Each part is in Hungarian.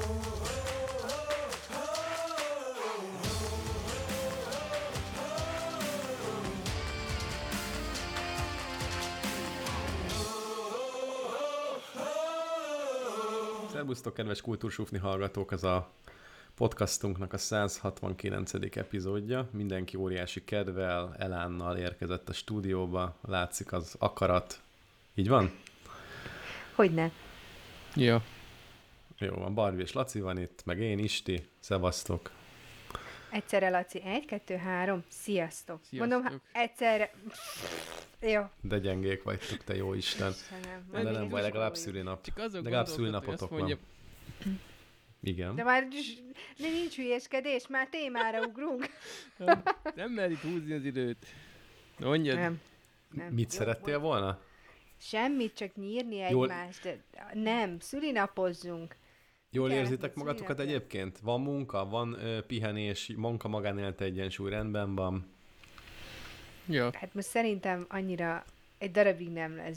Szerbusztok, kedves kultúrsúfni hallgatók! Ez a podcastunknak a 169. epizódja. Mindenki óriási kedvel, elánnal érkezett a stúdióba. Látszik az akarat. Így van? Hogyne. Ja. Jó van, Barbi és Laci van itt, meg én, Isti. Szevasztok! Egyszerre, Laci. 1, 2, 3. Sziasztok. Sziasztok. Mondom, egyszerre. Jó. De gyengék vagytok, te jó Isten. Istenem. De nem baj, legalább szülinap. Csak azon Legalább gondolkodtam, hogy szülinapotok azt mondja, van. Igen. De már nincs hülyéskedés, már témára ugrunk. Nem mer itt húzni az időt. Mondjad. Nem. Mit szerettél volna? Semmit, csak nyírni Jól- egymást. De nem, szülinapozzunk. Jól Igen, érzitek hát magatokat szülinapja. egyébként? Van munka, van pihenés, munka-magánélet egyensúly rendben van. Ja. Hát most szerintem annyira egy darabig nem lesz,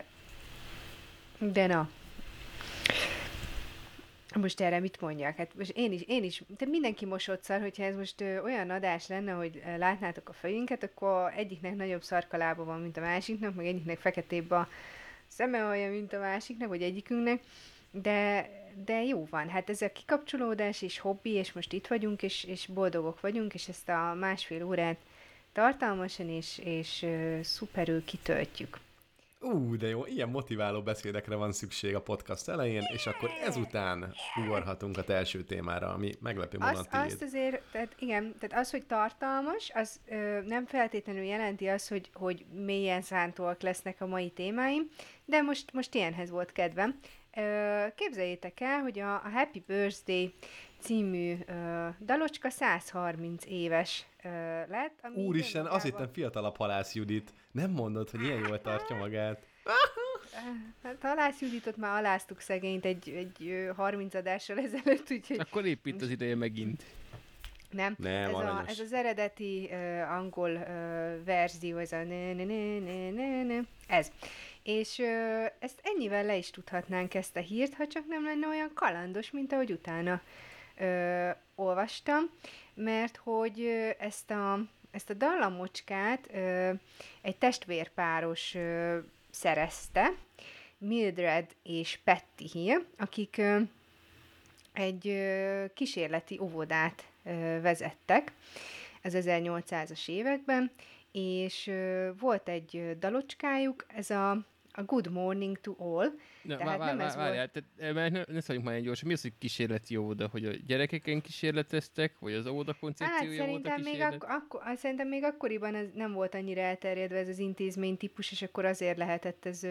de na. Most erre mit mondjak? Hát most én is, de mindenki mosodszar, hogyha ez most olyan adás lenne, hogy látnátok a fejünket, akkor egyiknek nagyobb szarkalába van, mint a másiknak, meg egyiknek feketébb a szeme olyan, mint a másiknak, vagy egyikünknek, de jó van. Hát ez a kikapcsolódás és hobbi, és most itt vagyunk, és boldogok vagyunk, és ezt a másfél órát tartalmasan és szuperül kitöltjük. De jó, ilyen motiváló beszédekre van szükség a podcast elején, és akkor ezután ugorhatunk a első témára, ami meglepő módon a tiéd. Azt azért, tehát igen, tehát az, hogy tartalmas, az nem feltétlenül jelenti azt, hogy mélyen szántóak lesznek a mai témáim, de most ilyenhez volt kedvem. Képzeljétek el, hogy a Happy Birthday című dalocska 130 éves lett. Ami Úristen, önmagában- azt hittem fiatalabb Halász Judit. Nem mondod, hogy ilyen jól tartja magát. Hát Halász Juditot már aláztuk szegényt egy 30 adással ezelőtt, úgyhogy Akkor épp itt az ideje megint. nem. Nem, aranyos. Ez az eredeti angol verzió, ez a ne. Ez. És ezt ennyivel le is tudhatnánk ezt a hírt, ha csak nem lenne olyan kalandos, mint ahogy utána olvastam, mert hogy ezt a dallamocskát egy testvérpáros szerezte, Mildred és Patty Hill, akik egy kísérleti óvodát vezettek az 1800-as években, és volt egy dalocskájuk, ez a Good Morning to All. Na, Tehát nem ez várjál, mert ne szaljunk már egy gyorsan. Mi az, hogy kísérleti óvoda? Hogy a gyerekeken kísérleteztek? Vagy az óvoda Hát koncepciója volt a kísérlet? szerintem még akkoriban ez nem volt annyira elterjedve ez az intézmény típus, és akkor azért lehetett ez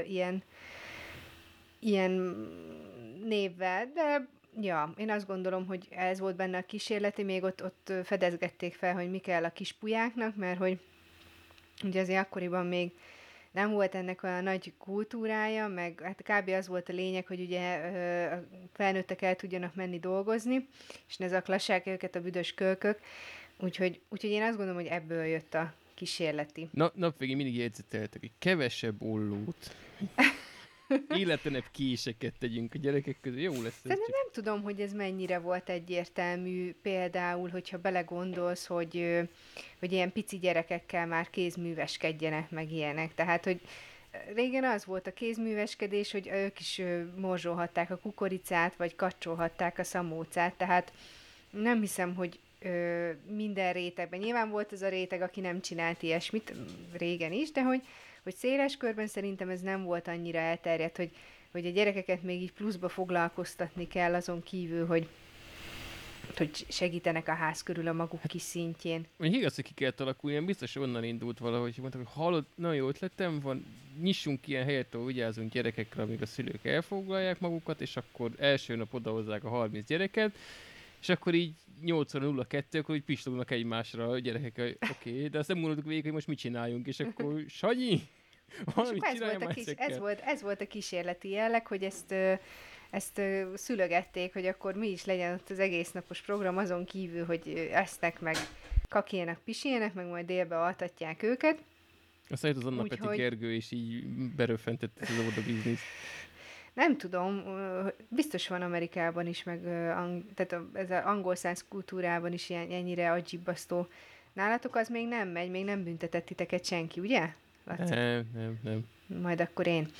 ilyen névvel, de ja, én azt gondolom, hogy ez volt benne a kísérleti, még ott fedezgették fel, hogy mi kell a kispulyáknak, mert hogy ugye azért akkoriban még nem volt ennek olyan nagy kultúrája, meg hát kb. Az volt a lényeg, hogy ugye a felnőttek el tudjanak menni dolgozni, és ne zaklassák őket a büdös kölkök, úgyhogy én azt gondolom, hogy ebből jött a kísérleti. Napvégén mindig jegyzeteltek, hogy kevesebb ollót. Életlenebb késeket tegyünk a gyerekek közül. Jó lesz ez. Szerintem nem tudom, hogy ez mennyire volt egyértelmű, például, hogyha belegondolsz, hogy ilyen pici gyerekekkel már kézműveskedjenek, meg ilyenek. Tehát, hogy régen az volt a kézműveskedés, hogy ők is morzsolhatták a kukoricát, vagy kacsolhatták a szamócát, tehát nem hiszem, hogy minden rétegben. Nyilván volt az a réteg, aki nem csinált ilyesmit, régen is, de hogy széles körben szerintem ez nem volt annyira elterjedt, hogy a gyerekeket még így pluszba foglalkoztatni kell azon kívül, hogy segítenek a ház körül a maguk kis szintjén. Vagy igaz, hogy ki kellett alakulni, én biztos onnan indult valahogy, hogy mondták, hogy hallod, nagyon jó ötletem van, nyissunk ilyen helyet, ahol vigyázunk gyerekekre, amíg a szülők elfoglalják magukat, és akkor első nap odahozzák a 30 gyereket, és akkor így 8:02, akkor így pislognak egymásra a gyerekek, oké, de azt nem gondoltuk végig, hogy most mit csináljunk, és akkor Sanyi, valamit csináljam már ezekkel. Ez volt a kísérleti jelleg, hogy ezt szülögették, hogy akkor mi is legyen ott az egész napos program, azon kívül, hogy esznek, meg kakélnek, pisélnek, meg majd délbe altatják őket. Aztán jött az Anna Peti Gergő, és így beröffentett ez az óvoda biznisz. Nem tudom, biztos van Amerikában is, meg tehát ez az angol száz kultúrában is ilyen, ennyire agyibbasztó. Nálatok az még nem megy, még nem büntetett titeket senki, ugye? Laci? Nem. Majd akkor én.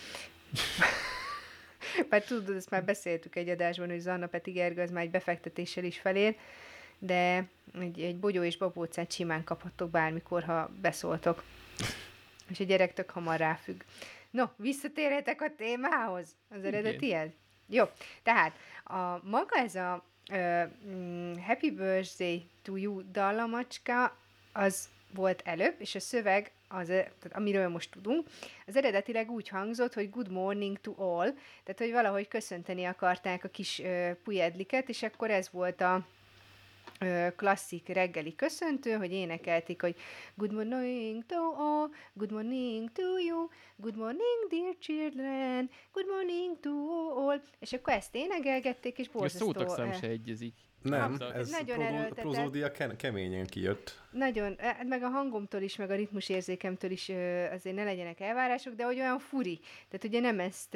Már tudod, ezt már beszéltük egy adásban, hogy Zanna Peti Gergő az már egy befektetéssel is felér, de egy bogyó és babócát simán kaphattok bármikor, ha beszóltok. És a gyerek tök hamar ráfügg. No, visszatérhetek a témához, az eredetihez. Jó, tehát maga ez a Happy Birthday to You dallamacska, az volt előbb, és a szöveg, tehát amiről most tudunk, az eredetileg úgy hangzott, hogy Good morning to all, tehát hogy valahogy köszönteni akarták a kis pujedliket, és akkor ez volt a klasszik reggeli köszöntő, hogy énekelték, hogy Good morning to all, good morning to you, good morning dear children, good morning to all, és akkor ezt énekelgették, és A borzasztó... szótagszám se egyezik. Nem, Ah, ez nagyon erőltetett. prozódia keményen kijött. Nagyon, meg a hangomtól is, meg a ritmusérzékemtől is azért ne legyenek elvárások, de hogy olyan furi. Tehát ugye nem ezt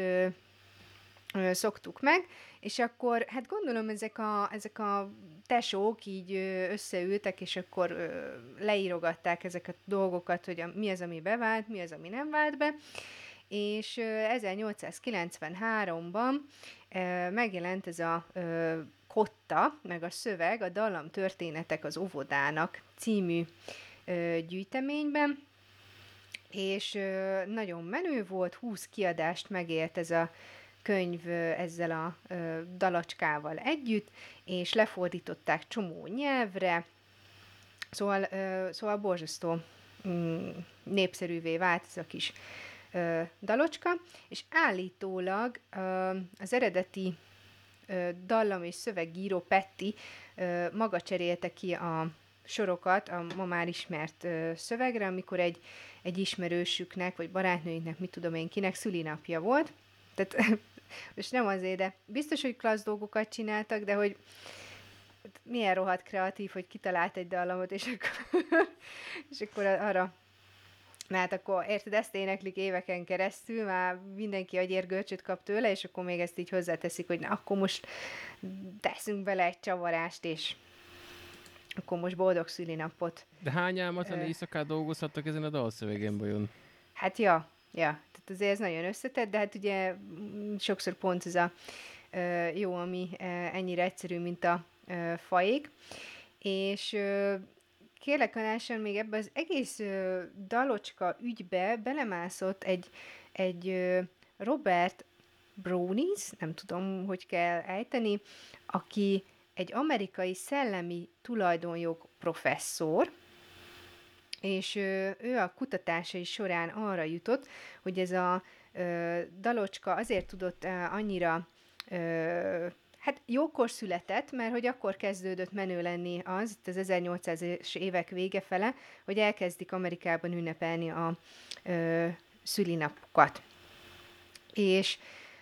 szoktuk meg, és akkor, hát gondolom ezek a tesók így összeültek, és akkor leírogatták ezeket a dolgokat, hogy mi az, ami bevált, mi az, ami nem vált be, és 1893-ban megjelent ez a kotta, meg a szöveg, a Dallam történetek az óvodának című gyűjteményben, és nagyon menő volt, 20 kiadást megélt ez a könyv ezzel a dalacskával együtt, és lefordították csomó nyelvre, szóval borzasztó népszerűvé vált ez a kis dalocska, és állítólag az eredeti dallam és szövegíró Petty maga cserélte ki a sorokat a ma már ismert szövegre, amikor egy ismerősüknek, vagy barátnőinknek, mit tudom én kinek, szülinapja volt. Tehát most nem azért, de biztos, hogy klassz dolgokat csináltak, de hogy milyen rohadt kreatív, hogy kitalált egy dallamot, és akkor arra, hát akkor érted, ezt éneklik éveken keresztül, már mindenki agyérgörcsöt kap tőle, és akkor még ezt így hozzáteszik, hogy na, akkor most teszünk bele egy csavarást, és akkor most boldog szülinapot. De hány álmatlan éjszakát dolgozhattak ezen a dalszövegen vajon? Hát ja, tehát azért ez nagyon összetett, de hát ugye sokszor pont ez a jó, ami ennyire egyszerű, mint a faék. És kérlek Alásan, még ebbe az egész dalocska ügybe belemászott egy Robert Brownis, nem tudom, hogy kell ejteni, aki egy amerikai szellemi tulajdonjog professzor, és ő a kutatásai során arra jutott, hogy ez a dalocska azért tudott annyira hát jókor született, mert hogy akkor kezdődött menő lenni az, itt az 1800-es évek vége fele, hogy elkezdik Amerikában ünnepelni a szülinapokat. És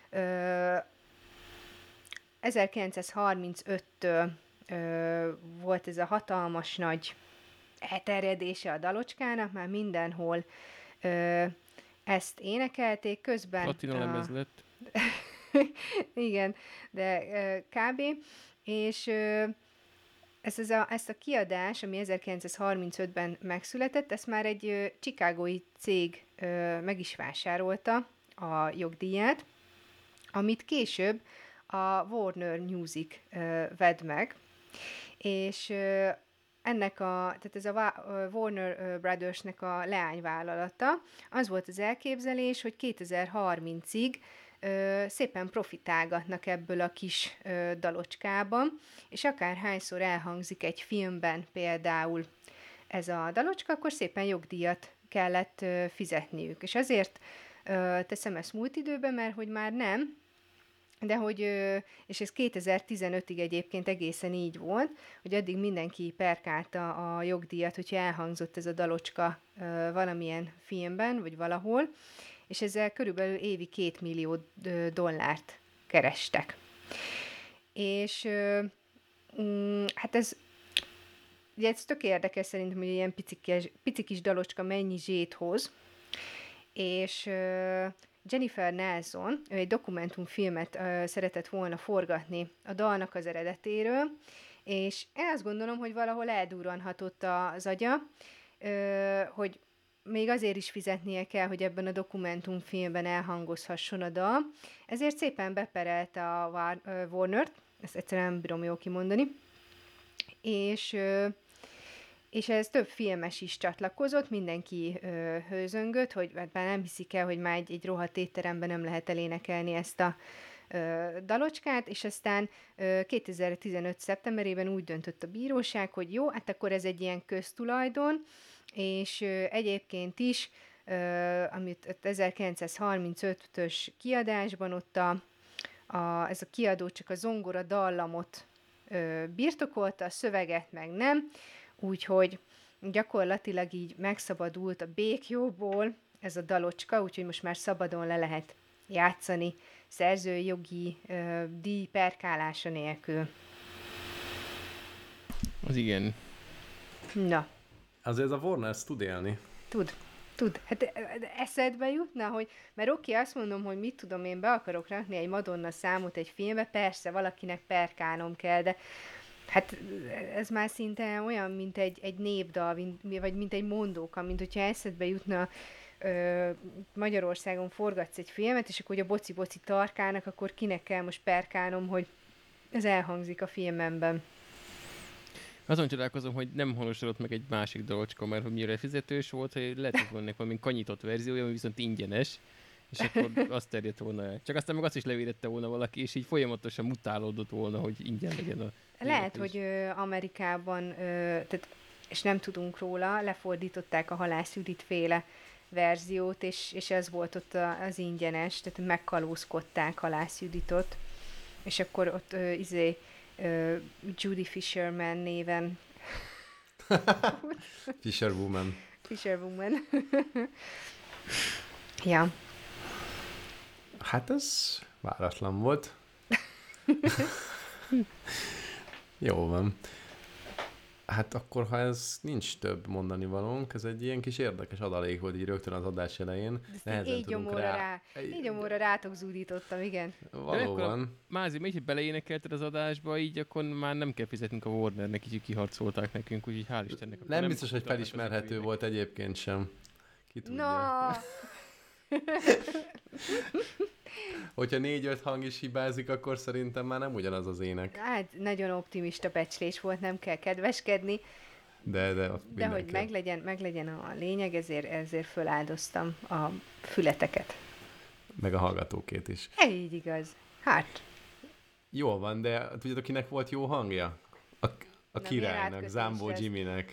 1935-től volt ez a hatalmas nagy elterjedése a dalocskának, már mindenhol ezt énekelték, közben... Platina lemez lett. Igen, de kb. És ezt a kiadás, ami 1935-ben megszületett, ezt már egy chicagói cég meg is vásárolta a jogdíját, amit később a Warner Music vett meg, és tehát ez a Warner Brothersnek a leányvállalata, az volt az elképzelés, hogy 2030-ig szépen profitálgatnak ebből a kis dalocskában, és akárhányszor elhangzik egy filmben például ez a dalocska, akkor szépen jogdíjat kellett fizetniük. És azért teszem ezt múlt időben, mert hogy már nem, de hogy, és ez 2015-ig egyébként egészen így volt, hogy addig mindenki perkálta a jogdíjat, hogyha elhangzott ez a dalocska valamilyen filmben, vagy valahol, és ezzel körülbelül évi $2 millió kerestek. És hát ez tök érdekes szerintem, hogy ilyen pici kis dalocska mennyi zsét hoz, és Jennifer Nelson, ő egy dokumentumfilmet szeretett volna forgatni a dalnak az eredetéről, és én azt gondolom, hogy valahol eldurranhatott az agya, hogy még azért is fizetnie kell, hogy ebben a dokumentumfilmben elhangozhasson a dal. Ezért szépen beperelt a Warner-t, ezt egyszerűen nem bírom jól kimondani, és ez több filmes is csatlakozott, mindenki hőzöngött, hogy már nem hiszik el, hogy már egy rohadt étteremben nem lehet elénekelni ezt a dalocskát, és aztán 2015. szeptemberében úgy döntött a bíróság, hogy jó, hát akkor ez egy ilyen köztulajdon, és egyébként is, amit 1935-ös kiadásban ott ez a kiadó csak a zongora dallamot birtokolta, a szöveget meg nem, úgyhogy gyakorlatilag így megszabadult a békjóból ez a dalocska, úgyhogy most már szabadon le lehet játszani szerzői jogi díj perkálása nélkül. Az igen. Na. Azért ez a Warner tud élni. Tud. Hát eszedbe jutna, hogy, mert oké, azt mondom, hogy mit tudom, én be akarok rakni egy Madonna számot egy filmbe, persze valakinek perkálnom kell, de hát ez már szinte olyan, mint egy népdal, vagy mint egy mondóka, mint hogyha eszedbe jutna Magyarországon forgatsz egy filmet, és akkor, hogy a boci-boci tarkának, akkor kinek kell most perkálnom, hogy ez elhangzik a filmemben. Azon csodálkozom, hogy nem honosodott meg egy másik dolocska, mert hogy mire fizetős volt, hogy lehetett volna valami kanyított verziója, ami viszont ingyenes, és akkor azt terjedt volna el. Csak aztán meg azt is levédette volna valaki, és így folyamatosan mutálódott volna, hogy ingyen legyen a... Lehet, hogy Amerikában, tehát, és nem tudunk róla, lefordították a Halász Judit féle verziót, és ez volt ott az ingyenes, tehát megkalózkodták Halász Juditot, és akkor ott Judy Fisherman néven. Fisherwoman. Fisherwoman. Ja. Hát ez váratlan volt. Jó van. Hát akkor, ha ez nincs több mondani valónk, ez egy ilyen kis érdekes adalék volt így rögtön az adás elején. Így gyomorra rátok zúdítottam, igen. Valóban. Mázi, még beleénekelted az adásba, így akkor már nem kell fizetnünk a Warnernek, így kiharcolták nekünk, úgyhogy hál' Istennek. Nem biztos, hogy felismerhető volt egyébként sem. Ki tudja. No! Hogyha 4-5 hang is hibázik, akkor szerintem már nem ugyanaz az ének. Hát nagyon optimista becslés volt, nem kell kedveskedni. De hogy meglegyen a lényeg, ezért föláldoztam a fületeket. Meg a hallgatókét is. Így igaz. Hát. Jól van, de tudjátok, kinek volt jó hangja? A királynak, Zambó Jimmynek.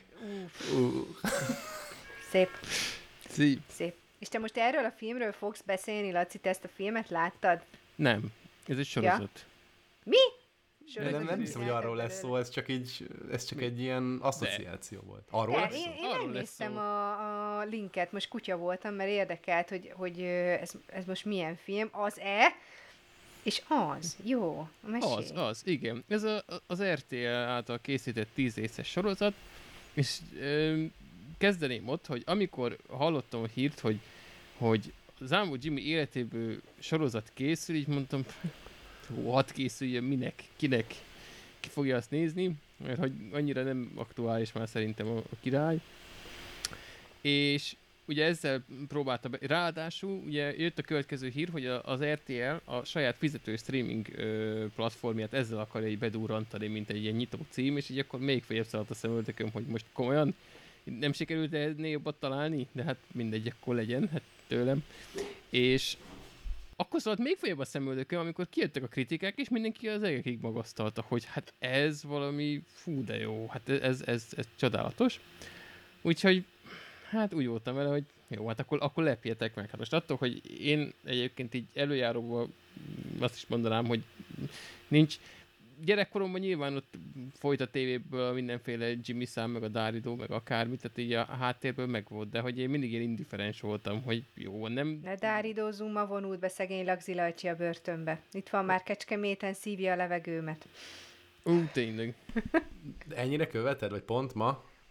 Szép. Szép. És te most erről a filmről fogsz beszélni, Laci, te ezt a filmet láttad? Nem. Ez egy sorozat. Ja. Mi? Nem hiszem, hogy arról lesz szó, ez csak egy ilyen asszociáció volt. Arról lesz szó? Én megnéztem a linket, most kutya voltam, mert érdekelt, hogy ez most milyen film. Az-e? És az. Jó. Mesélj. Az, igen. Ez az RTL által készített 10 részes sorozat, és kezdeném ott, hogy amikor hallottam a hírt, hogy Zambó Jimmy életéből sorozat készül, így mondtam, hadd készüljön, minek, kinek, ki fogja azt nézni, mert hogy annyira nem aktuális már szerintem a király. És ugye ezzel próbálta be, ráadásul ugye jött a következő hír, hogy az RTL a saját fizető streaming platformját ezzel akarja így bedurrantani, mint egy ilyen nyitó cím, és így akkor még feljebb szállt a szemöldököm, hogy most komolyan nem sikerült ennél jobbat találni, de hát mindegy, akkor legyen, hát tőlem. És akkor szólt még feljebb a szemöldököm, amikor kijöttek a kritikák, és mindenki az egekig magasztalta, hogy hát ez valami, fú de jó, hát ez csodálatos. Úgyhogy hát úgy voltam vele, hogy jó, hát akkor lepjetek meg. Hát most attól, hogy én egyébként így előjáróban azt is mondanám, hogy nincs. Gyerekkoromban nyilván ott folyt a tévéből mindenféle Jimmy szám, meg a Dáridó, meg akármit, tehát így a háttérből megvolt, de hogy én mindig ilyen indifferens voltam, hogy jó, nem... Ne Dáridózzunk, ma vonult be szegény Lagzi Lajcsi a börtönbe. Itt van már Kecskeméten, szívja a levegőmet. Tényleg. De ennyire követed, vagy pont ma?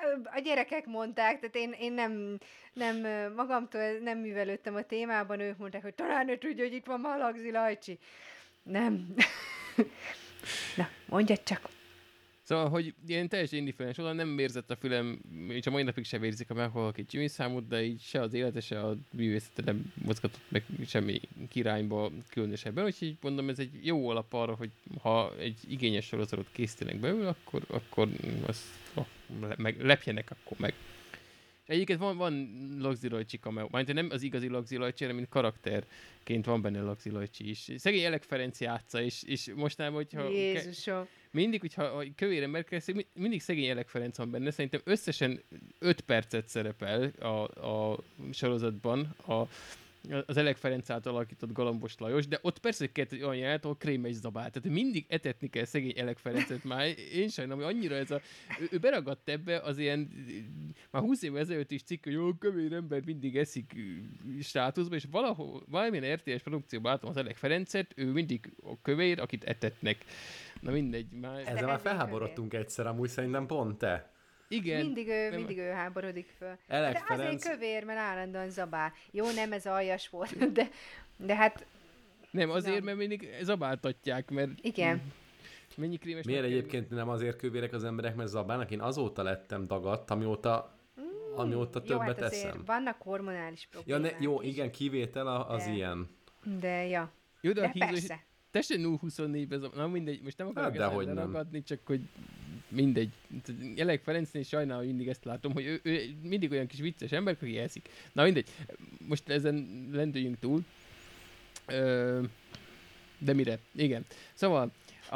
a gyerekek mondták, tehát én nem magamtól nem művelődtem a témában, ők mondták, hogy talán ne tudja, hogy itt van már Lagzi Lajcsi. Nem. Na, mondjad csak. Szóval, hogy ilyen teljesen indiferens oda, nem érzett a fülem, és a mai napig sem vérzik, ha meghallok egy Jimmy számot, de így se az élete, se a művészete nem mozgatott meg semmi kirányba különösebben, úgyhogy mondom, ez egy jó alap arra, hogy ha egy igényes sorozatot készítenek belőle, akkor azt lepjenek akkor meg. Egyébként van Lagzi Lajcsi cameo, mármint nem az igazi Lagzi Lajcsi, hanem mint karakterként van benne Lagzi Lajcsi is. Szegény Elek Ferenc játsza, és mostanában, hogyha... Jézusom! Mindig, hogyha kövér ember keresik, mindig szegény Elek Ferenc van benne. Szerintem összesen 5 percet szerepel a sorozatban az Elek Ferenc által alakított Galambos Lajos, de ott persze kellett egy olyan jelenet, ahol Krémes zabál. Tehát mindig etetni kell szegény Elek Ferencet már. Én sajnálom, hogy annyira ez ő beragadt ebbe az ilyen már 20 évvel ezelőtt is cikk, hogy jó, kövér ember mindig eszik státuszba, és valamilyen RTS produkcióban látom az Elek Ferencet, ő mindig a kövér, akit etetnek. Na mindegy. Ezzel már felháborodtunk egyszer, amúgy szerintem pont te. Igen. Mindig ő háborodik föl. Elek de Ferenc... azért kövér, mert állandóan zabál. Jó, nem ez aljas volt, de hát... Nem, azért, mert mindig zabáltatják, mert... Igen. Mennyi krémes... Miért egyébként nem azért kövérek az emberek, mert zabálnak? Én azóta lettem dagadt, amióta többet jó, hát eszem. Vannak hormonális problémák. Jó, igen, kivétel az ilyen. De ja. Jó, de persze. Te se 0-24-ben, na mindegy, most nem akarok Hát, ezt ragadni, csak hogy mindegy. Elek Ferencnél sajnálom, mindig ezt látom, hogy ő mindig olyan kis vicces ember, aki eszik. Na mindegy, most ezen lendüljünk túl. De mire? Igen. Szóval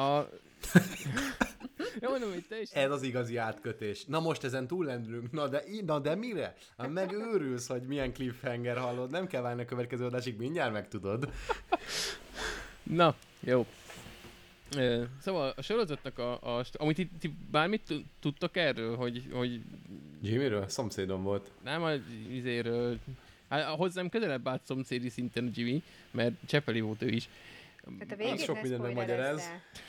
Jó, mondom, hogy teljesen... Ez az igazi átkötés. Na most ezen túllendülünk. Na de mire? Megőrülsz, hogy milyen cliffhanger hallod. Nem kell várni a következő adásig, mindjárt megtudod. Na, jó. Szóval a sorozatnak amit ti bármit tudtok erről, hogy... Jimmyről? Szomszédom volt. Nem, az izéről... Hát hozzám közelebb állt szomszédi szinten a Jimmy, mert Csepeli volt ő is. Hát a végét sok minden megmagyaráz.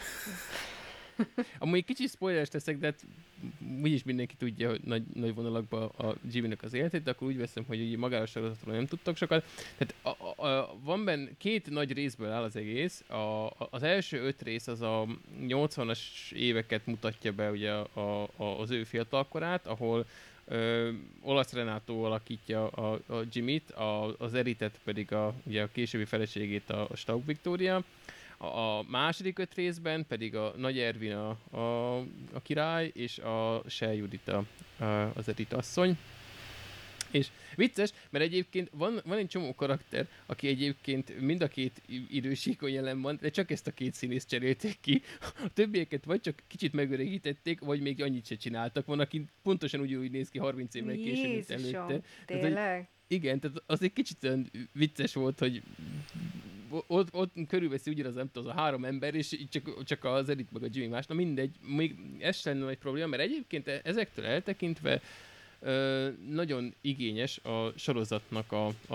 Amúgy egy kicsit spoileres teszek, de hát úgyis mindenki tudja, hogy nagy vonalakban a Jimmy-nek az életét, de akkor úgy veszem, hogy ugye magára a sorozatról nem tudtok sokat. Tehát van benne 2 nagy részből áll az egész. Az első 5 rész az a 80-as éveket mutatja be ugye az ő fiatalkorát, ahol Olasz Renátó alakítja a Jimmy-t, az Eritet pedig ugye a későbbi feleségét, a Staub Viktória. A második 5 részben pedig a Nagy Ervin a király, és a Sel Judita az Edith asszony. És vicces, mert egyébként van egy csomó karakter, aki egyébként mind a 2 idősíkon jelen van, de csak ezt a 2 színészt cserélték ki. A többieket vagy csak kicsit megöregítették, vagy még annyit se csináltak. Van, aki pontosan úgy néz ki 30 évvel később, mint előtte. Tényleg? Igen, tehát az egy kicsit olyan vicces volt, hogy ott körülveszi ugyanaz, nem tudom, az a 3 ember, és csak az Edith meg a Jimmy más. Na mindegy, még ez sem lenne egy probléma, mert egyébként ezektől eltekintve nagyon igényes a sorozatnak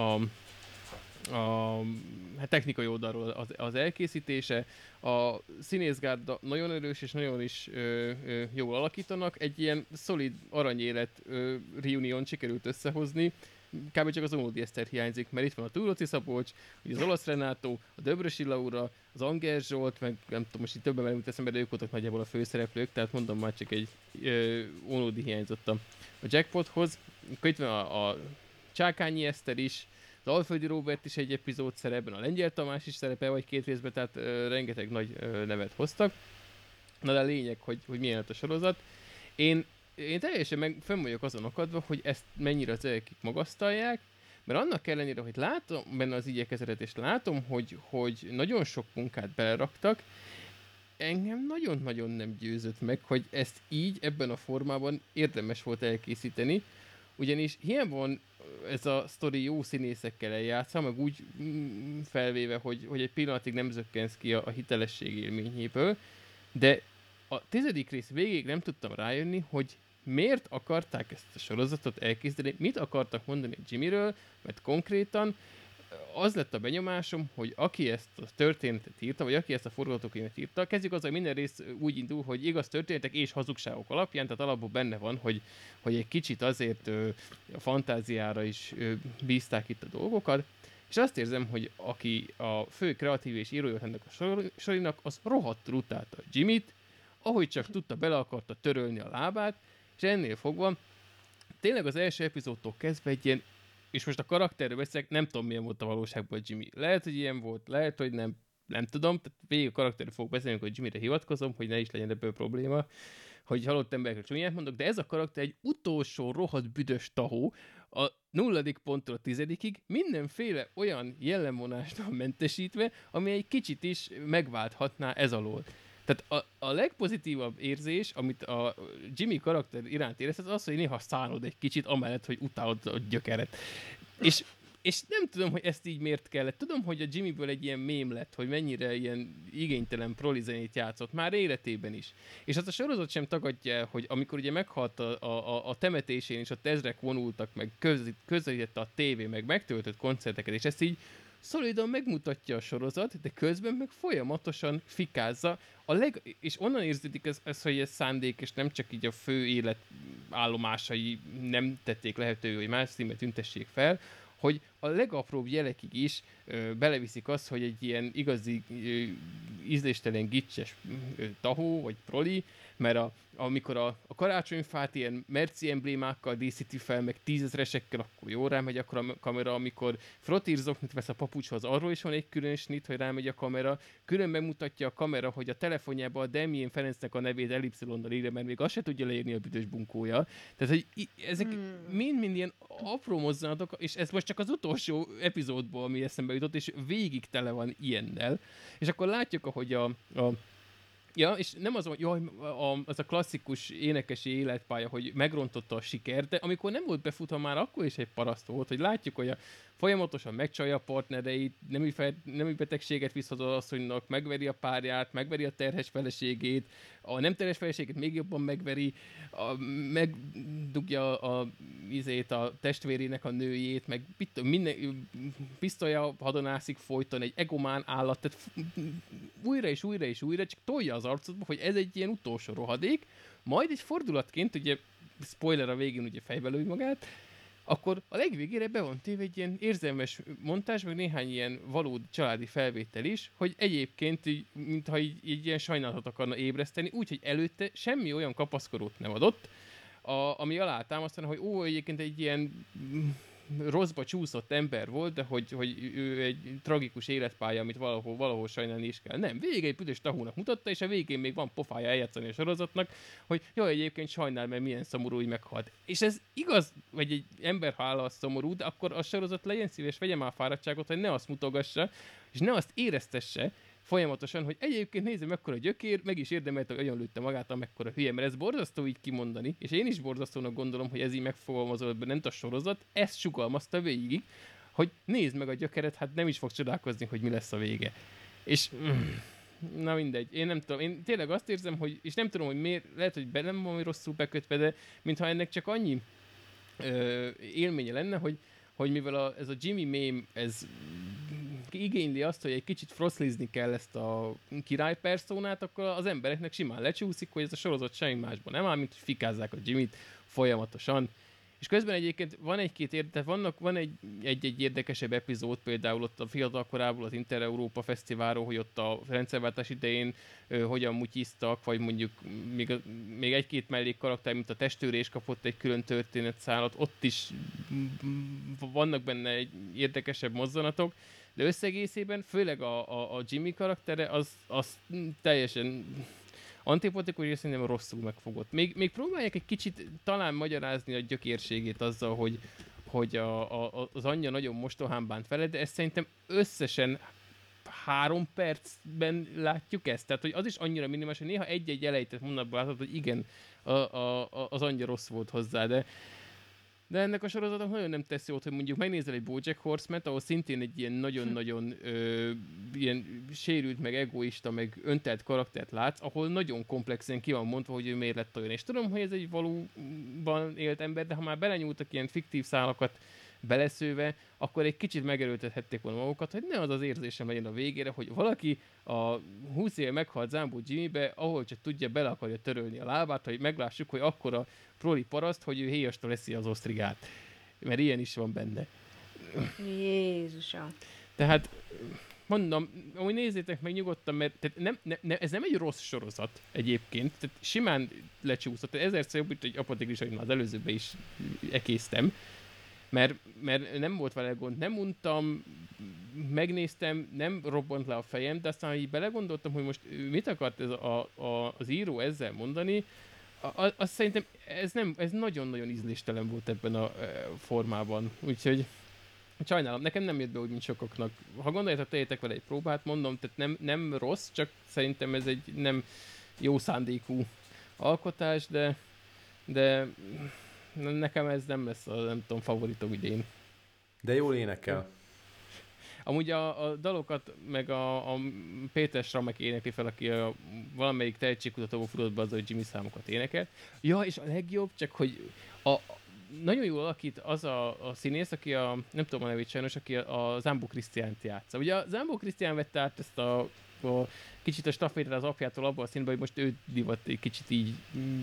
hát technikai oldalról az elkészítése. A színészgárda nagyon erős, és nagyon is jól alakítanak. Egy ilyen szolid aranyélet reunion sikerült összehozni. Kb. Csak az Ónodi Eszter hiányzik, mert itt van a Túróci Szabolcs, ugye az Olasz Renátó, a Döbrösi Laura, az Anger Zsolt, meg nem tudom, most itt többen nem jut eszembe, de ők voltak nagyjából a főszereplők, tehát mondom, már csak egy Ónodi hiányzott a jackpothoz. Akkor itt van a Csákányi Eszter is, az Alföldi Róbert is egy epizód szerepben, a Lengyel Tamás is szerepel, vagy 2 részben, tehát rengeteg nagy nevet hoztak. Na de a lényeg, hogy milyen lett a sorozat. Én teljesen fenn vagyok azon akadva, hogy ezt mennyire az elkik magasztalják, mert annak ellenére, hogy látom benne az igyekezetet, és látom, hogy nagyon sok munkát beleraktak, engem nagyon-nagyon nem győzött meg, hogy ezt így, ebben a formában érdemes volt elkészíteni, ugyanis hiába van ez a sztori jó színészekkel eljátszva, meg úgy felvéve, hogy egy pillanatig nem zökkensz ki a hitelesség élményéből, de a 10. rész végéig nem tudtam rájönni, hogy miért akarták ezt a sorozatot elkészíteni, mit akartak mondani Jimmyről, mert konkrétan az lett a benyomásom, hogy aki ezt a történetet írta, vagy aki ezt a forgatókönyvet írta, kezdjük azzal, hogy minden rész úgy indul, hogy igaz történetek és hazugságok alapján, tehát alapból benne van, hogy egy kicsit azért a fantáziára is bízták itt a dolgokat, és azt érzem, hogy aki a fő kreatív és írója ennek a sorinak, az rohadtul utálta a Jimmyt, ahogy csak tudta, bele akarta törölni a lábát, és ennél fogva tényleg az első epizódtól kezdve egy ilyen, és most a karakterről beszélek, nem tudom milyen volt a valóságban a Jimmy. Lehet, hogy ilyen volt, lehet, hogy nem tudom, tehát végig a karakterről fogok beszélni, hogy Jimmyre hivatkozom, hogy ne is legyen ebből probléma, hogy halott emberekről csúnyát mondok, de ez a karakter egy utolsó rohadt büdös tahó, a 0. ponttól a 10. mindenféle olyan jellemvonástól mentesítve, ami egy kicsit is megválthatná ez alól. Tehát a legpozitívabb érzés, amit a Jimmy karakter iránt érez, az, hogy néha szánod egy kicsit, amellett, hogy utálod a gyökeret. És nem tudom, hogy ezt így miért kellett. Tudom, hogy a Jimmyből egy ilyen mém lett, hogy mennyire ilyen igénytelen prolizenét játszott már életében is. És azt a sorozat sem tagadja el, hogy amikor ugye meghalt a temetésén, és ott ezrek vonultak, meg közelítette a tévé, meg megtöltött koncerteket, és ezt így szolidan megmutatja a sorozat, de közben meg folyamatosan fikázza. És onnan érződik ez, hogy ez szándék, és nem csak így a fő élet állomásai nem tették lehetővé, hogy más címet tüntessék fel, hogy a legapróbb jelekig is beleviszik azt, hogy egy ilyen igazi ízléstelen gicses tahó, vagy proli, mert amikor a karácsonyfát ilyen merci emblémákkal díszíti fel, meg 10 000-esekkel, akkor jól rámegy a kamera, amikor frotírzoknit vesz a papucshoz, arról is van egy külön snit, hogy rámegy a kamera, külön megmutatja a kamera, hogy a telefonjában a Damien Ferencnek a nevét ellipszilonnal írja, mert még azt se tudja leírni a büdös bunkója. Tehát, hogy ezek mind-mind ilyen apró mozzanatok, és ez most csak az utolsó epizódból, ami eszembe jutott, és végig tele van ilyennel. És akkor látjuk, ahogy ja, és nem az, hogy az a klasszikus énekesi életpálya, hogy megrontotta a sikert, de amikor nem volt befutva már, akkor is egy paraszt volt, hogy látjuk, hogy folyamatosan megcsalja a partnereit, nemi betegséget visz az asszonynak, megveri a párját, megveri a terhes feleségét, a nem terhes feleségét még jobban megveri, megdugja a testvérének a nőjét, meg pisztolya hadonászik folyton, egy egomán állat, tehát újra és újra és újra, csak tolja az arcodba, hogy ez egy ilyen utolsó rohadék, majd egy fordulatként, ugye spoiler a végén ugye fejbe lőj magát, akkor a legvégére be van téve egy ilyen érzelmes montázs, meg néhány ilyen valódi családi felvétel is, hogy egyébként így, mintha így ilyen sajnálatot akarna ébreszteni, úgyhogy előtte semmi olyan kapaszkodót nem adott, ami alátámasztana, hogy egyébként egy ilyen rosszba csúszott ember volt, de hogy ő egy tragikus életpálya, amit valahol sajnálni is kell. Nem, végig egy büdös tahónak mutatta, és a végén még van pofája eljátszani a sorozatnak, hogy jaj, egyébként sajnál, mert milyen szomorú, hogy meghalt. És ez igaz, vagy egy ember hála az szomorú, de akkor a sorozat legyen szíves, vegye már fáradtságot, hogy ne azt mutogassa, és ne azt éreztesse folyamatosan, hogy egyébként nézze, mekkora gyökér, meg is érdemelte, hogy olyan lőtte magát, amekkora hülye, mert ez borzasztó így kimondani, és én is borzasztónak gondolom, hogy ez így megfogalmazott benne a sorozat, ezt sugalmazta végig, hogy nézd meg a gyökeret, hát nem is fog csodálkozni, hogy mi lesz a vége. És na mindegy, én nem tudom, én tényleg azt érzem, hogy, és nem tudom, hogy miért, lehet, hogy nem valami rosszul bekötve, de mintha ennek csak annyi élménye lenne, hogy mivel ez a Jimmy meme, ez igényli azt, hogy egy kicsit froszlizni kell ezt a királypersonát, akkor az embereknek simán lecsúszik, hogy ez a sorozat semmi másban nem áll, mint hogy fikázzák a Jimmyt folyamatosan. És közben egyébként van egy érdekesebb epizód, például ott a fiatal korából az Inter-Európa Fesztiválról, hogy ott a rendszerváltás idején hogyan mutyiztak, vagy mondjuk még egy-két mellék karakter, mint a testőrés kapott egy külön történetszálat, ott is vannak benne egy érdekesebb mozzanatok, de összegészében, főleg a Jimmy karaktere, az teljesen antipatikus, és szerintem rosszul megfogott. Még próbálják egy kicsit talán magyarázni a gyökérségét azzal, hogy az anyja nagyon mostohán bánt vele, de ezt szerintem összesen 3 percben látjuk ezt. Tehát, hogy az is annyira minimális, hogy néha egy-egy elejtett mondatban látod, hogy igen, az anyja rossz volt hozzá, de ennek a sorozatnak nagyon nem teszi jót, hogy mondjuk megnézel egy BoJack Horseman-t, ahol szintén egy ilyen nagyon-nagyon ilyen sérült, meg egoista, meg öntelt karaktert látsz, ahol nagyon komplexen ki van mondva, hogy ő miért lett olyan. És tudom, hogy ez egy valóban élt ember, de ha már belenyúltak ilyen fiktív szálakat beleszőve, akkor egy kicsit megerőltethették volna magukat, hogy ne az az érzésem legyen a végére, hogy valaki a 20 éve meghalt Zambó Jimmybe, ahol csak tudja, bele akarja törölni a lábát, hogy meglássuk, hogy akkora proli paraszt, hogy ő héjastól eszi az osztrigát. Mert ilyen is van benne. Jézusom. Tehát mondom, ahogy nézzétek meg nyugodtan, mert tehát ez nem egy rossz sorozat egyébként, tehát simán lecsúszott, ezerszer jobb, mint egy apatigris, ahogy már az előzőben is ekésztem, mert nem volt vele gond, nem untam, megnéztem, nem robbant le a fejem, de aztán így belegondoltam, hogy most mit akart az író ezzel mondani, azt szerintem ez nagyon-nagyon ízléstelen volt ebben a formában, úgyhogy sajnálom, nekem nem jött be úgy, mint sokaknak. Ha gondoljátok, tegyétek vele egy próbát, mondom, tehát nem rossz, csak szerintem ez egy nem jó szándékú alkotás, de nekem ez nem lesz a, nem tudom, favoritom idén. De jól énekel. Amúgy a dalokat meg a Péter Stramek énekli fel, aki valamelyik tehetségkutatóból futott be az, hogy Jimmy számokat énekel. Ja, és a legjobb, csak hogy nagyon jól alakít az a színész, aki nem tudom a nevét sajnos, aki a Zambó Krisztiánt játsza. Ugye a Zambó Krisztián vette át ezt a kicsit a stafétát az apjától abban a színben, hogy most ő divat egy kicsit így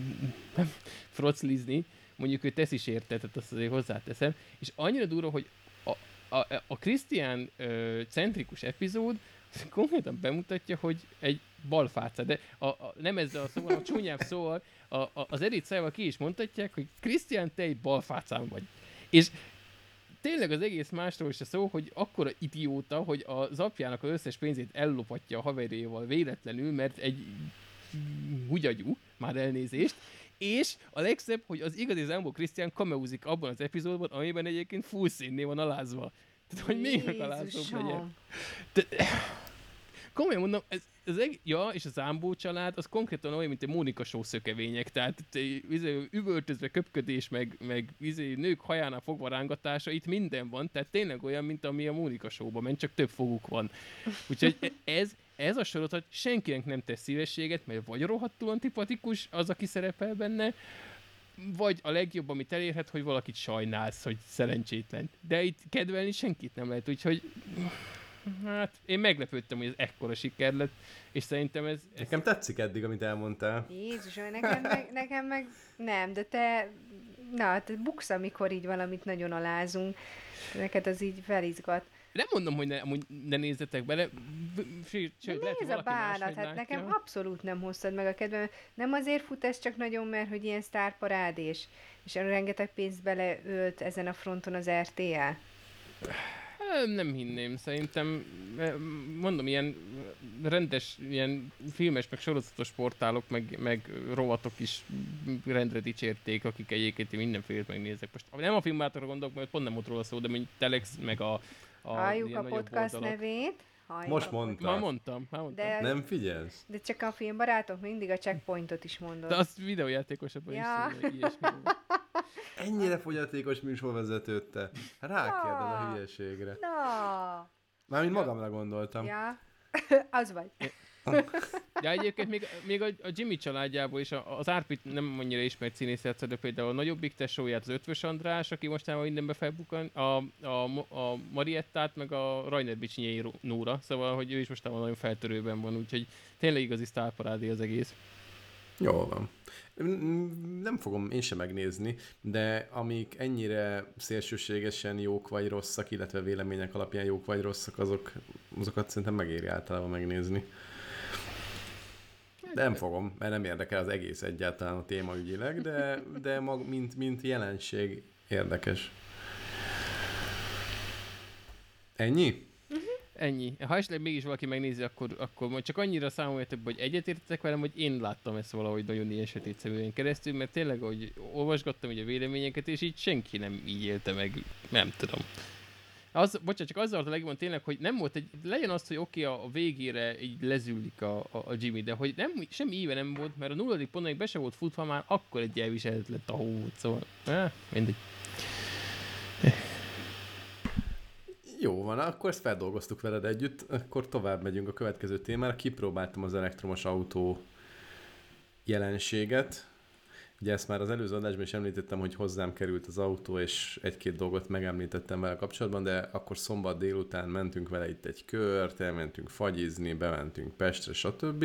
froclizni. Mondjuk ő tesz is érte, tehát azt azért hozzáteszem. És annyira durva, hogy a Krisztián centrikus epizód konkrétan bemutatja, hogy egy balfáca, de nem ezzel a szóval, a csúnyább szóval, az Edith Szájával ki is mondhatják, hogy Krisztián, te egy balfácán vagy. És tényleg az egész másról is a szó, hogy akkora idióta, hogy az apjának az összes pénzét ellopatja a haverjával véletlenül, mert egy hugyagyú, már elnézést, és a legszebb, hogy az igazi Zambó Krisztián kameúzik abban az epizódban, amiben egyébként full színné van alázva. Tehát, hogy még megalázóbb legyen. Komolyan mondom, és a Zambó család, az konkrétan olyan, mint egy Mónika Show szökevények, tehát üvöltözve köpködés, meg nők hajánál fogva rángatása, itt minden van, tehát tényleg olyan, mint ami a Mónika Show-ban ment, csak több foguk van. Úgyhogy ez a sorozat senkinek nem tesz szívességet, mert vagy rohadtul antipatikus az, aki szerepel benne, vagy a legjobb, amit elérhet, hogy valakit sajnálsz, hogy szerencsétlen. De itt kedvelni senkit nem lehet, úgyhogy hát én meglepődtem, hogy ez ekkora siker lett, és szerintem ez... Nekem tetszik eddig, amit elmondtál. Jézusom, nekem meg nem, de te buksz, amikor így valamit nagyon alázunk. Neked az így felizgat. Nem mondom, hogy ne nézzetek bele. Nézd a bánat, hát nekem abszolút nem hoztad meg a kedvem. Nem azért fut ez csak nagyon, mert hogy ilyen sztárparádés, és rengeteg pénzt beleölt ezen a fronton az RTL. Nem hinném, szerintem, mondom, ilyen rendes, ilyen filmes, meg sorozatos portálok, meg rovatok is rendre dicsérték, akik egyébként mindenfélét megnézek. Most nem a filmátokra gondolok, mert pont nem ott róla szó, de mondjuk Telex, meg halljuk a podcast oldalak. Nevét. Most mondtam. Már mondtam. De, nem figyelsz? De csak a filmbarátok mindig a checkpointot is mondod. De az videójátékosabban is szól, ilyesmi. Ennyire fogyatékos műsorvezetőt te. Rákérdez a hülyeségre. Mármint magamra gondoltam. Ja, az vagy. Ja, egyébként még a Jimmy családjából is az Árpit nem annyira ismert színész játsza, de például a nagyobbik tesóját, az Ötvös András, aki mostanában mindenbe felbukkan, a Mariettát, meg a Rajner Bicsinyei Nóra, szóval, hogy ő is mostanában nagyon feltörőben van, úgyhogy tényleg igazi sztárparádé az egész. Jól van. Nem fogom én sem megnézni, de amik ennyire szélsőségesen jók vagy rosszak, illetve vélemények alapján jók vagy rosszak, azokat szerintem megéri általában megnézni. De nem fogom, mert nem érdekel az egész egyáltalán a téma ügyileg, de mint jelenség érdekes. Ennyi? Ennyi. Ha esetleg mégis valaki megnézi, akkor csak annyira számoljatok, hogy egyetértetek velem, hogy én láttam ezt valahogy nagyon ilyen sötét szeműen keresztül, mert tényleg, hogy olvasgattam ugye a véleményeket, és így senki nem így élte meg, nem tudom. Csak azzal a legjobban tényleg, hogy nem volt legyen az, hogy oké, a végére így lezűlik a Jimmy, de hogy semmi íve nem volt, mert a 0. pontig be se volt futva, már akkor egy elviselhet lett a hót, szóval mindegy. Jó van, akkor ezt feldolgoztuk veled együtt, akkor tovább megyünk a következő témára. Kipróbáltam az elektromos autó jelenséget, Ugye ezt már az előző adásban is említettem, hogy hozzám került az autó, és egy-két dolgot megemlítettem vele kapcsolatban, de akkor szombat délután mentünk vele itt egy kört, elmentünk fagyizni, bementünk Pestre, stb.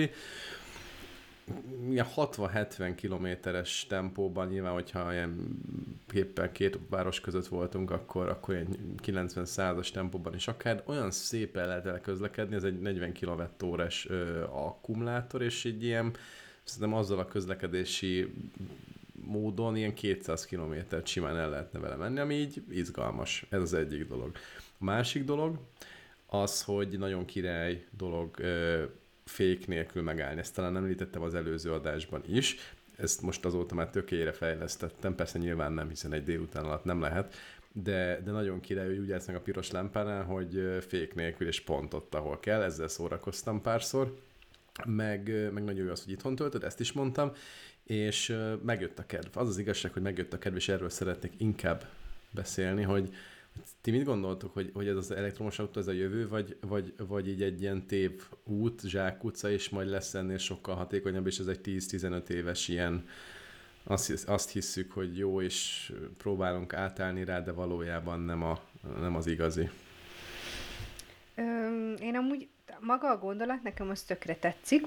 Ilyen 60-70 kilométeres tempóban, nyilván, hogyha ilyen éppen két város között voltunk, akkor ilyen 90-100-as tempóban is akár olyan szépen lehet elközlekedni, ez egy 40 kWh-s akkumulátor, és egy ilyen, szerintem azzal a közlekedési módon ilyen 200 kilométert simán el lehetne vele menni, ami így izgalmas. Ez az egyik dolog. A másik dolog az, hogy nagyon király dolog fék nélkül megállni. Ezt talán említettem az előző adásban is. Ezt most azóta már tökélyére fejlesztettem. Persze nyilván nem, hiszen egy délután alatt nem lehet. De nagyon király, hogy úgy állsz meg a piros lámpánál, hogy fék nélkül és pont ott, ahol kell. Ezzel szórakoztam párszor. Meg nagyon jó az, hogy itthon töltöd, ezt is mondtam. És megjött a kedv. Az az igazság, hogy megjött a kedv, és erről szeretnék inkább beszélni, hogy ti mit gondoltok, hogy ez az elektromos autó, ez a jövő, vagy így egy ilyen tévút, zsákutca, és majd lesz ennél sokkal hatékonyabb, és ez egy 10-15 éves ilyen, azt hisszük, hogy jó, és próbálunk átállni rá, de valójában nem az igazi. Én amúgy, maga a gondolat nekem az tökre tetszik,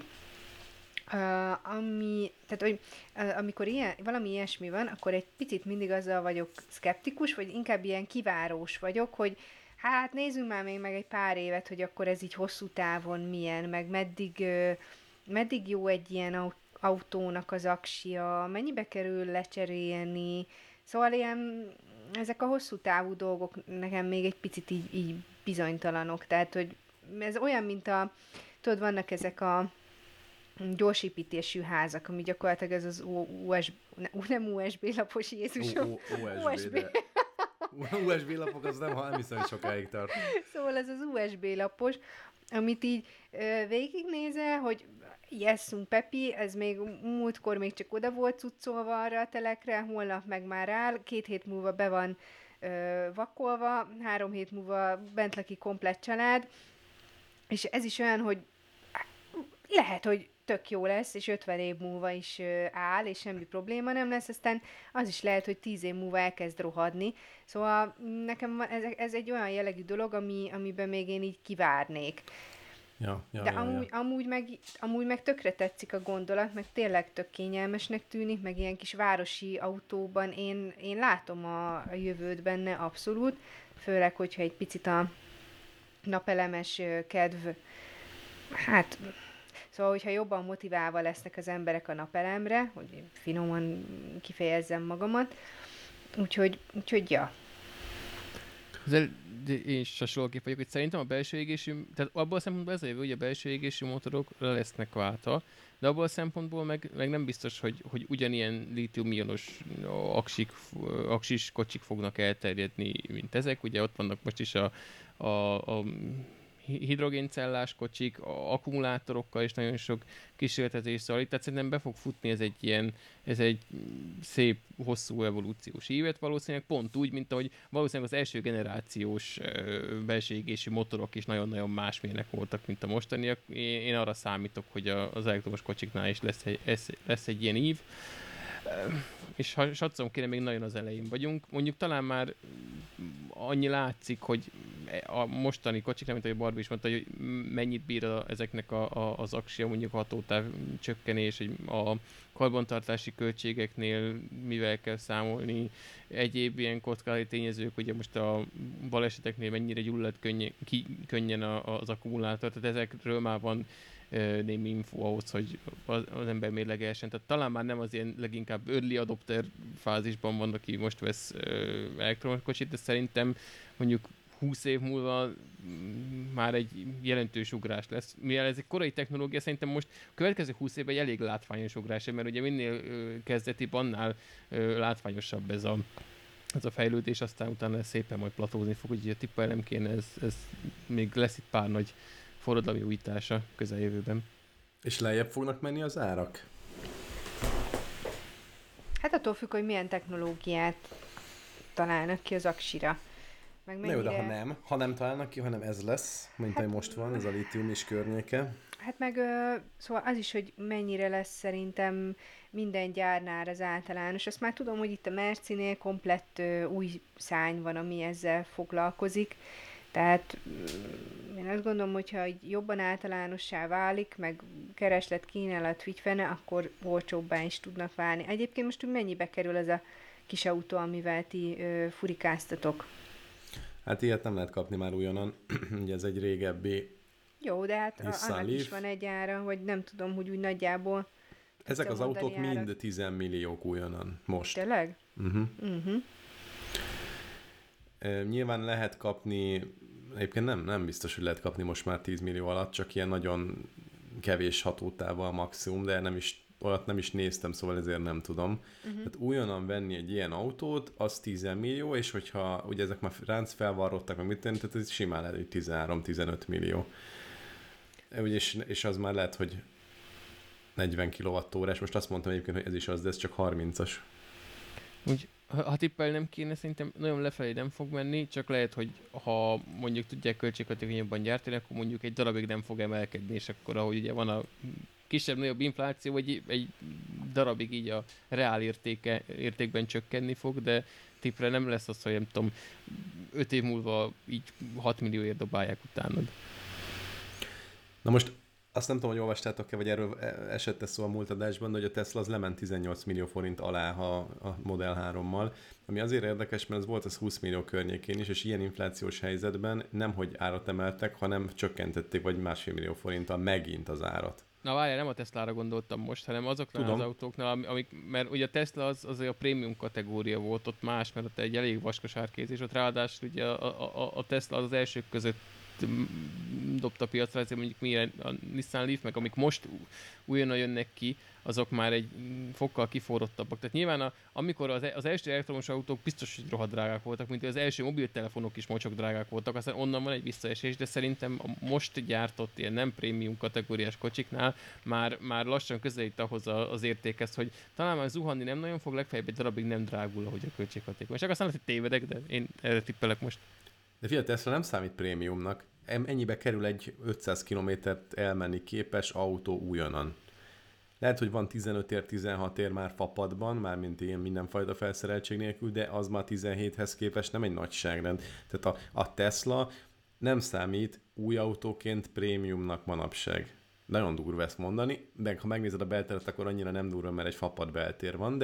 tehát, hogy amikor valami ilyesmi van, akkor egy picit mindig azzal vagyok szkeptikus, vagy inkább ilyen kivárós vagyok, hogy hát nézzünk már még meg egy pár évet, hogy akkor ez így hosszú távon milyen, meg meddig jó egy ilyen autónak az aksia, mennyibe kerül lecserélni, szóval ezek a hosszú távú dolgok nekem még egy picit így bizonytalanok, tehát, hogy ez olyan, mint tudod, vannak ezek a gyorsépítésű házak, ami gyakorlatilag ez az nem USB lapos, Jézusom. USB lapok, az nem hiszem, hogy sokáig tart. Szóval ez az USB lapos, amit így végignézel, hogy jesszünk Pepi, ez még múltkor még csak oda volt cuccolva arra a telekre, holnap meg már áll, 2 hét múlva be van vakolva, 3 hét múlva bent laki komplett család, és ez is olyan, hogy lehet, hogy tök jó lesz, és 50 év múlva is áll, és semmi probléma nem lesz, aztán az is lehet, hogy 10 év múlva elkezd rohadni. Szóval nekem ez egy olyan jellegű dolog, amiben még én így kivárnék. De amúgy meg tökre tetszik a gondolat, meg tényleg tök kényelmesnek tűnik, meg ilyen kis városi autóban én látom a jövőt benne abszolút, főleg, hogyha egy picit a napelemes kedv, hát... Szóval, hogyha jobban motiválva lesznek az emberek a napelemre, hogy finoman kifejezzem magamat, úgyhogy ja. Én is hasonlóképp vagyok, hogy szerintem a belső égésű, tehát abból a szempontból ez a jövő, hogy a belső égésű motorok lesznek váltva, de abból a szempontból meg nem biztos, hogy ugyanilyen lítium-ionos aksis kocsik fognak elterjedni, mint ezek. Ugye ott vannak most is a hidrogéncellás kocsik, akkumulátorokkal is nagyon sok kísérletezés zajlik, tehát szerintem be fog futni ez egy szép, hosszú evolúciós évet valószínűleg, pont úgy, mint ahogy valószínűleg az első generációs belső égésű motorok is nagyon-nagyon másmilyenek voltak, mint a mostaniak. Én arra számítok, hogy az elektromos kocsiknál is lesz egy ilyen ív. És ha satszom kéne, még nagyon az elején vagyunk. Mondjuk talán már annyi látszik, hogy a mostani kocsik, nem mint ahogy Barbie is mondta, hogy mennyit bír ezeknek az aksia, mondjuk a hatótáv csökkenés, a karbantartási költségeknél mivel kell számolni, egyéb ilyen kockázati tényezők, ugye most a baleseteknél mennyire gyullad könnyen az akkumulátor, tehát ezekről már van némi info ahhoz, hogy az ember mérlegelsen. Tehát talán már nem az ilyen leginkább early adopter fázisban van, aki most vesz elektromos kocsit, de szerintem mondjuk 20 év múlva már egy jelentős ugrás lesz. Mivel ez egy korai technológia, szerintem most a következő 20 évben egy elég látványos ugrás, mert ugye minél kezdetibb, annál látványosabb ez a fejlődés, aztán utána szépen majd platózni fog, úgyhogy tippelnem kéne, ez még lesz itt pár nagy forradalmi újítása közeljövőben. És lejjebb fognak menni az árak? Hát attól függ, hogy milyen technológiát találnak ki az aksira. Meg Na jó, de ha nem találnak ki, hanem ez lesz, mint ami most van, ez a lítium is környéke. Hát meg szóval az is, hogy mennyire lesz szerintem minden gyárnál az általános. Azt már tudom, hogy itt a Mercinél komplett új szárny van, ami ezzel foglalkozik. Tehát én azt gondolom, hogyha jobban általánossá válik, meg kereslet, kínálat fene, akkor olcsóbbá is tudnak válni. Egyébként most mennyibe kerül az a kis autó, amivel ti furikáztatok? Hát ilyet nem lehet kapni már újonnan, ugye ez egy régebbi. Jó, de hát Nissan annak Leaf. is van egy ára, hogy nem tudom, hogy úgy nagyjából. Ezek az autók mondani árat. mind 10 milliók újonnan most. Tényleg? Nyilván lehet kapni, egyébként nem biztos, hogy lehet kapni most már 10 millió alatt, csak ilyen nagyon kevés hatótával maximum, de olyat nem is néztem, szóval ezért nem tudom. Tehát újonnan venni egy ilyen autót, az 10 millió, és hogyha ugye ezek már ránc felvarrottak, meg mit tenni, tehát ez simán lehet, hogy 13-15 millió. És az már lehet, hogy 40 kWh-s, most azt mondtam egyébként, hogy ez is az, de ez csak 30-as. Úgy, ha tippelnem kéne, szerintem nagyon lefelé nem fog menni, csak lehet, hogy ha mondjuk tudják költséghatékonyabban gyártani, akkor mondjuk egy darabig nem fog emelkedni, és akkor ahogy ugye van a kisebb-nagyobb infláció, vagy egy darabig így a reál értékben csökkenni fog, de tippre nem lesz az, hogy nem tudom, 5 év múlva így 6 millióért dobálják utánad. Na most azt nem tudom, hogy olvastátok-e, vagy erről esett szó a múlt adásban, de hogy a Tesla az lement 18 millió forint alá a Model 3-mal, ami azért érdekes, mert ez volt az 20 millió környékén is, és ilyen inflációs helyzetben nemhogy árat emeltek, hanem csökkentették, vagy 1,5 millió forinttal megint az árat. Na várjál, nem a Teslára gondoltam most, hanem azoknál az autóknál, mert ugye a Tesla az a prémium kategória volt, ott más, mert ott egy elég vaskos árképzés, ott ráadásul ugye a Tesla az elsők között dobta piacra, ezért mondjuk milyen a Nissan Leaf, meg amik most újonnan jönnek ki, azok már egy fokkal kiforrottabbak. Tehát nyilván amikor az első elektromos autók biztos, hogy rohadt drágák voltak, mint az első mobiltelefonok is mocsok drágák voltak, aztán onnan van egy visszaesés, de szerintem a most gyártott ilyen nem prémium kategóriás kocsiknál már lassan közelít ahhoz az értékhez, hogy talán már zuhanni nem nagyon fog, legfeljebb egy darabig nem drágul, ahogy a költséghatékony. És aztán lehet, hogy tévedek, de én erre tippelek most. De figyelj, Tesla nem számít prémiumnak. Ennyibe kerül egy 500 kilométert elmenni képes autó újonnan. Lehet, hogy van 15 16 ér már fapadban, mármint ilyen mindenfajta felszereltség nélkül, de az már 17-hez képest nem egy nagyságrend. Tehát a Tesla nem számít új autóként prémiumnak manapság. Nagyon durva ezt mondani, de ha megnézed a belteret, akkor annyira nem durva, mert egy fapad beltér van,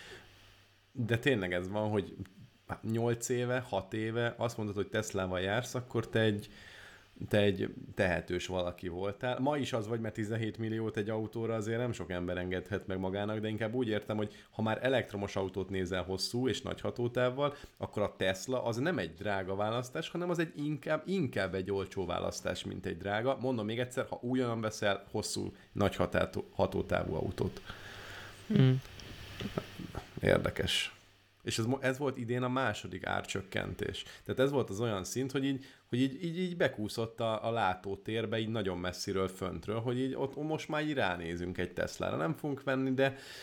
de tényleg ez van, hogy 8 éve, 6 éve azt mondod, hogy Teslával jársz, akkor te egy tehetős valaki voltál. Ma is az vagy, mert 17 milliót egy autóra azért nem sok ember engedhet meg magának, de inkább úgy értem, hogy ha már elektromos autót nézel hosszú és nagy hatótávval, akkor a Tesla az nem egy drága választás, hanem az egy inkább egy olcsó választás, mint egy drága. Mondom még egyszer, ha újonnan veszel hosszú, nagy hatótávú autót. Érdekes. És ez volt idén a második árcsökkentés. Tehát ez volt az olyan szint, hogy így bekúszott a látótérbe, így nagyon messziről föntről, hogy így ott most már így ránézünk egy Teslára. Nem fogunk venni,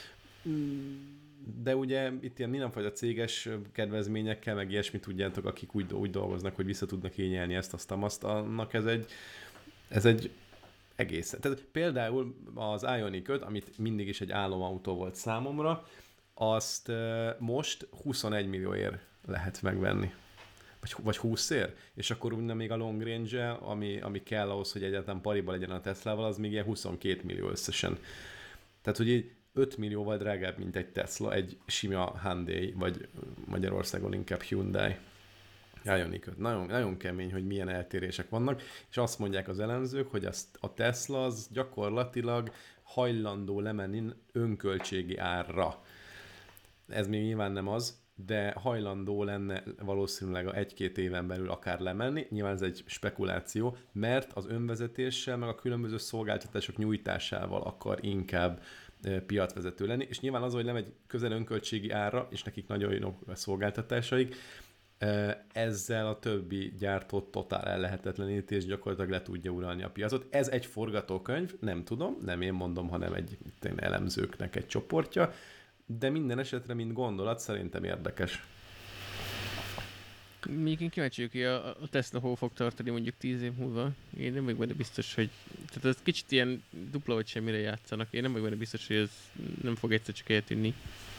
de ugye itt ilyen mindenfajta céges kedvezményekkel, meg ilyesmit tudjátok, akik úgy dolgoznak, hogy vissza tudnak kényelni ezt, azt, annak ez egy egész. Tehát például az Ioniq 5, amit mindig is egy álomautó volt számomra, azt most 21 millióért lehet megvenni. Vagy 20 ér? És akkor ugye még a long range, ami kell ahhoz, hogy egyáltalán pariba legyen a Teslával, az még ilyen 22 millió összesen. Tehát, hogy így 5 millióval drágább, mint egy Tesla, egy sima Hyundai, vagy Magyarországon inkább Hyundai. Ioniq 5. Nagyon, nagyon kemény, hogy milyen eltérések vannak, és azt mondják az elemzők, hogy a Tesla az gyakorlatilag hajlandó lemenni önköltségi árra. Ez még nyilván nem az, de hajlandó lenne valószínűleg 1-2 éven belül akár lemenni. Nyilván ez egy spekuláció, mert az önvezetéssel, meg a különböző szolgáltatások nyújtásával akar inkább piacvezető lenni, és nyilván az, hogy lemegy közel önköltségi ára, és nekik nagyon jók a szolgáltatásaik, ezzel a többi gyártót totál ellehetetleníti, és gyakorlatilag le tudja uralni a piacot. Ez egy forgatókönyv, nem tudom, nem én mondom, hanem egy elemzőknek egy csoportja, de minden esetre, mint gondolat, szerintem érdekes. Még én kíváncsi vagyok, hogy a Tesla hol fog tartani mondjuk 10 év múlva. Én nem vagyok benne biztos, hogy... Tehát ez kicsit ilyen dupla vagy semmire játszanak. Én nem vagyok benne biztos, hogy ez nem fog egyszer csak eltűnni.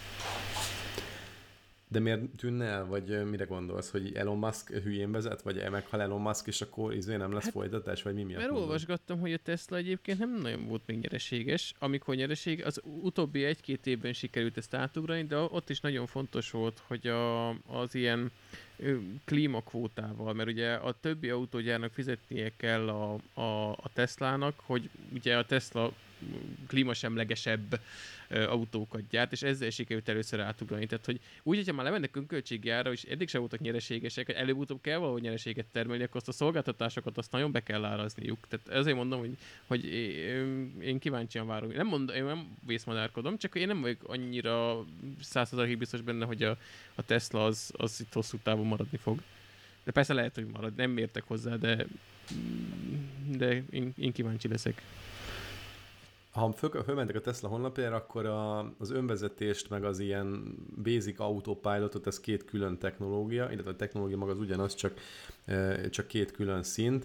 De miért tűnne el, vagy mire gondolsz, hogy Elon Musk hülyén vezet, vagy meghal Elon Musk, és akkor nem lesz folytatás, vagy mi miatt Mert mondod? olvasgattam, hogy a Tesla egyébként nem nagyon volt még nyereséges. Amikor nyereség, az utóbbi 1-2 évben sikerült ezt átugrani, de ott is nagyon fontos volt, hogy az ilyen klímakvótával, mert ugye a többi autógyárnak fizetnie kell a Teslának, hogy ugye a Tesla klímasemlegesebb autókat gyárt, és ezzel sikerült először átugrani. Tehát, hogy úgy, hogyha már lemennek önköltségi ára, és eddig sem voltak nyereségesek, hogy előbb-utóbb kell valahogy nyereséget termelni, akkor azt a szolgáltatásokat azt nagyon be kell árazniuk. Tehát ezért mondom, hogy én kíváncsian várom. Én nem vészmadárkodom, csak én nem vagyok annyira 100%-ig biztos benne, hogy a Tesla az itt hosszú távon maradni fog. De persze lehet, hogy marad. Nem értek hozzá, de én kíváncsi leszek. Ha fölmentek a Tesla honlapjára, akkor az önvezetést, meg az ilyen basic autopilotot, ez két külön technológia, illetve a technológia maga az ugyanaz, csak két külön szint.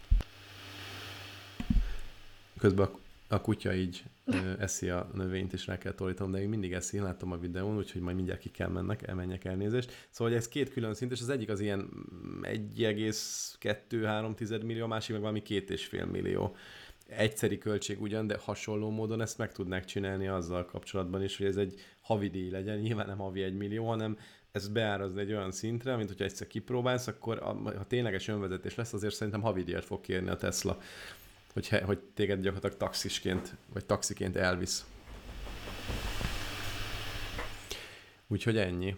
Közben a kutya így eszi a növényt, és rá kell tolítanom, de még mindig eszi, látom a videón, úgyhogy majd mindjárt ki kell menjek elnézést. Szóval ez két külön szint, és az egyik az ilyen 1,2-3 millió, a másik meg valami 2,5 millió. Egyszeri költség ugyan, de hasonló módon ezt meg tudnák csinálni azzal kapcsolatban is, hogy ez egy havi díj legyen, nyilván nem havi 1 millió, hanem ezt beárazni egy olyan szintre, mint hogyha egyszer kipróbálsz, akkor ha tényleges önvezetés lesz, azért szerintem havi díjat fog kérni a Tesla, hogy téged gyakorlatilag taxisként, vagy taxiként elvisz. Úgyhogy ennyi.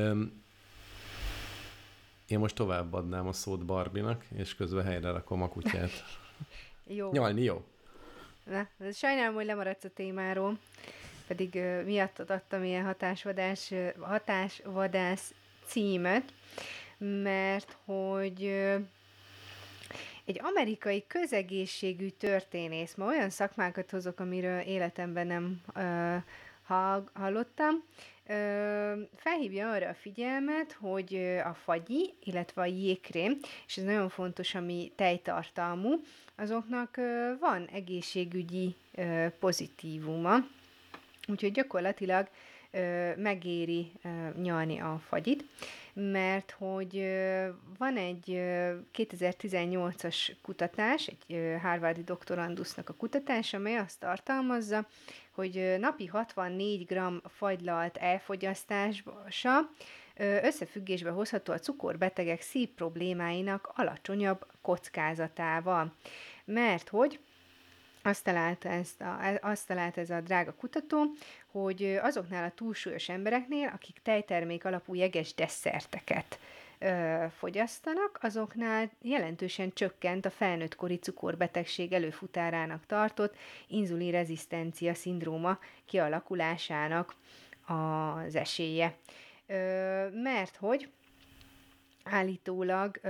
Én most továbbadnám a szót Barbinak, és közben helyre rakom a kutyát. Jó. Nyalni jó. Na, sajnálom, hogy lemaradsz a témáról, pedig miattad adtam ilyen hatásvadász címet, mert hogy egy amerikai közegészségügy történész, ma olyan szakmákat hozok, amiről életemben nem hallottam, felhívja arra a figyelmet, hogy a fagyi, illetve a jégkrém, és ez nagyon fontos, ami tejtartalmú, azoknak van egészségügyi pozitívuma, úgyhogy gyakorlatilag megéri nyalni a fagyit, mert hogy van egy 2018-as kutatás, egy harvardi doktorandusznak a kutatás, amely azt tartalmazza, hogy napi 64 g fagylalt elfogyasztása összefüggésbe hozható a cukorbetegek szív problémáinak alacsonyabb kockázatával. Mert hogy azt találta ez a drága kutató, hogy azoknál a túlsúlyos embereknél, akik tejtermék alapú jeges desszerteket fogyasztanak, azoknál jelentősen csökkent a felnőttkori cukorbetegség előfutárának tartott inzulinrezisztencia szindróma kialakulásának az esélye. Mert hogy állítólag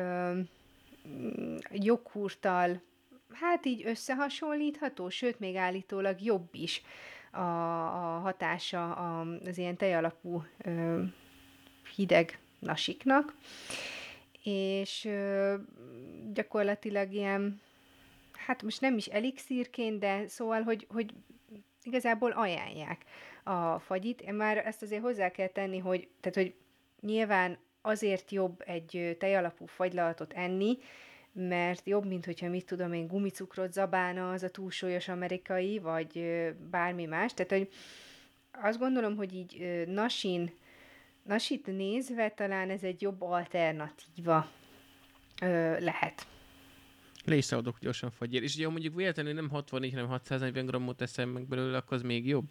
joghurttal hát így összehasonlítható, sőt, még állítólag jobb is a hatása az ilyen tejalapú hideg nasiknak, és gyakorlatilag ilyen, hát most nem is elixírként, de szóval, hogy igazából ajánlják a fagyit. Már ezt azért hozzá kell tenni, hogy nyilván azért jobb egy tejalapú fagylalatot enni, mert jobb, mint hogyha mit tudom én, gumicukrot zabálna az a túlsúlyos amerikai, vagy bármi más. Tehát, hogy azt gondolom, hogy így nasit nézve talán ez egy jobb alternatíva lehet. Le is szaladok gyorsan fagyér. És ugye mondjuk véletlenül nem 64, hanem 640 grammot eszem meg belőle, akkor az még jobb.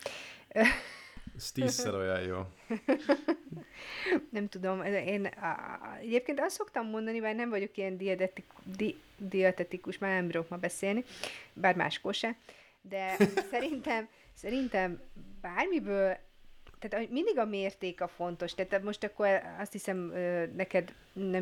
Ez 10-szer olyan jó. Nem tudom, egyébként azt szoktam mondani, bár nem vagyok ilyen dietetikus, már nem bírok ma beszélni, bár máskor se, de szerintem bármiből, tehát mindig a mérték a fontos, tehát most akkor azt hiszem neked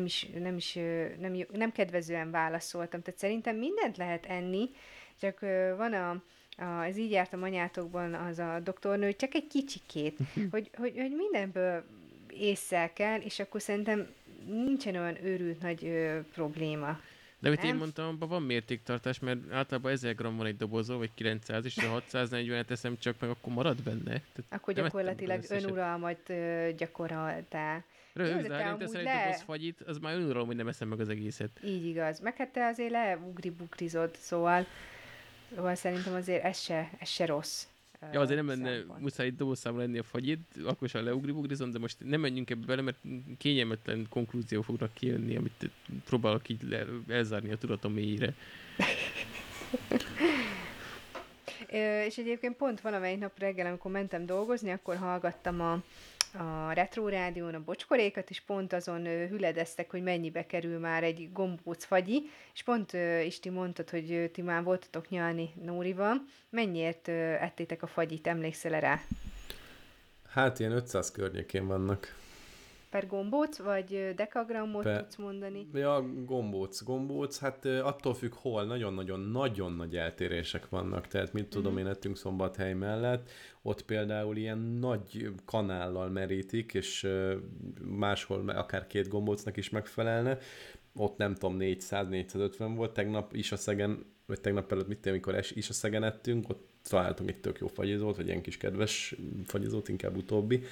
nem kedvezően válaszoltam, tehát szerintem mindent lehet enni, csak van ez így jártam anyátokban az a doktornő, csak egy kicsikét, hogy mindenből ésszel kell, és akkor szerintem nincsen olyan őrült nagy probléma. De amit én Nem? mondtam, abban van mértéktartás, mert általában 1000 g van egy dobozol, vagy 900, és ha 640-et teszem csak meg, akkor marad benne. Tehát Akkor nem ettem meg gyakorlatilag az összeset. önuralmat gyakoroltál. Jó, Röhögsz, de de te ha nem teszel amúgy egy doboz fagyit, az már önuralom, hogy nem eszem meg az egészet. Így igaz. Meg hát te azért leugri-bukrizod, szóval szerintem azért ez se rossz Ja, azért nem lenne szempont. muszáj egy dobozszámra lenni a fagyit, akkor sem leugri-bugrizom, de most nem menjünk ebbe bele, mert kényelmetlen konklúzió fognak kijönni, amit próbálok így elzárni a tudatom mélyére. És egyébként pont valamelyik nap reggel, amikor mentem dolgozni, akkor hallgattam a Retro Rádión a Bocskorékat, és pont azon hüledeztek, hogy mennyibe kerül már egy gombóc fagyi, és pont Isti mondtad, hogy ti már voltatok nyalni Nórival. Mennyiért ettétek a fagyit, emlékszel rá? Hát ilyen 500 környékén vannak. Per gombóc, vagy dekagrammot tudsz mondani? Ja, gombóc. Hát attól függ hol, nagyon-nagyon nagy eltérések vannak. Tehát mit tudom, én ettünk Szombathely mellett, ott például ilyen nagy kanállal merítik, és máshol akár 2 gombócnak is megfelelne. Ott nem tudom, 400-450 volt. Tegnap is a Szegen, vagy tegnap előtt, mit tudom, amikor is a Szegen ettünk, ott találtunk egy tök jó fagyizót, vagy ilyen kis kedves fagyizót, inkább utóbbi.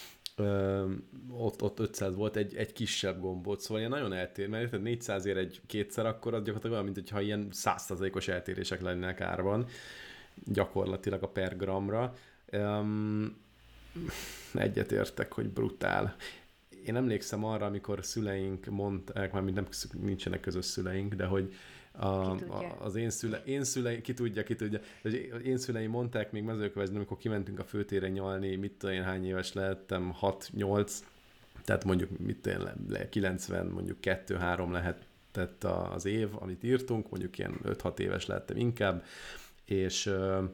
Ott 500 volt egy kisebb gombóc, szóval ilyen nagyon eltér, mert 400 ér egy kétszer, akkor az gyakorlatilag olyan, mintha ilyen 100%-os eltérések lennének árban, gyakorlatilag a per gramra. Egyetértek, hogy brutál. Én emlékszem arra, amikor szüleink mondták, már nem nincsenek közös szüleink, de hogy az én szüleim, ki tudja, az én szüleim mondták még Mezőkövesden, amikor kimentünk a főtérre nyalni, mit tudom én, hány éves lehettem, 6-8, tehát mondjuk mit tudom én, 90, mondjuk 2-3 lehetett az év, amit írtunk, mondjuk ilyen 5-6 éves lehettem inkább, és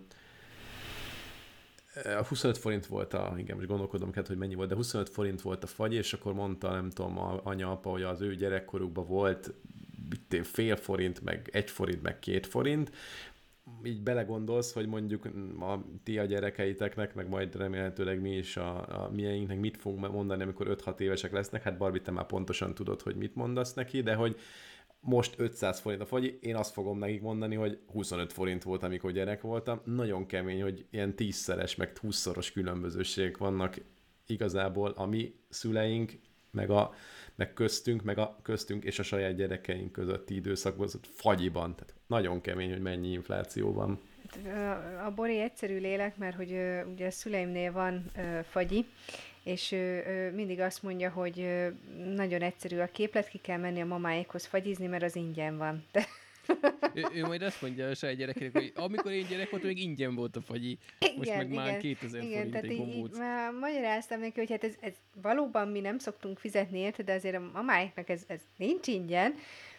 a 25 forint volt igen, most gondolkodom, hogy mennyi volt, de 25 forint volt a fagy, és akkor mondta, nem tudom, anya, apa, hogy az ő gyerekkorukban volt fél forint, meg 1 forint, meg 2 forint. Így belegondolsz, hogy mondjuk ti a gyerekeiteknek, meg majd remélhetőleg mi is a mieinknek mit fogunk mondani, amikor 5-6 évesek lesznek. Hát Barbie, te már pontosan tudod, hogy mit mondasz neki, de hogy most 500 forint a fagy, én azt fogom nekik mondani, hogy 25 forint volt, amikor gyerek voltam. Nagyon kemény, hogy ilyen 10-szeres, meg 20-szoros különbözőségek vannak igazából a mi szüleink, meg köztünk és a saját gyerekeink közötti időszakban, az fagyiban. Tehát nagyon kemény, hogy mennyi infláció van. A Bori egyszerű lélek, mert hogy ugye a szüleimnél van fagyi, és mindig azt mondja, hogy nagyon egyszerű a képlet, ki kell menni a mamáékhoz fagyizni, mert az ingyen van. Ő majd azt mondja a saját gyerekének, hogy amikor én gyerek voltam, még ingyen volt a fagyi. Most meg már 2000 forint tehát egy gombóc. így már magyaráztam neki, hogy hát ez valóban mi nem szoktunk fizetni érte, de azért a mamáiknak ez nincs ingyen,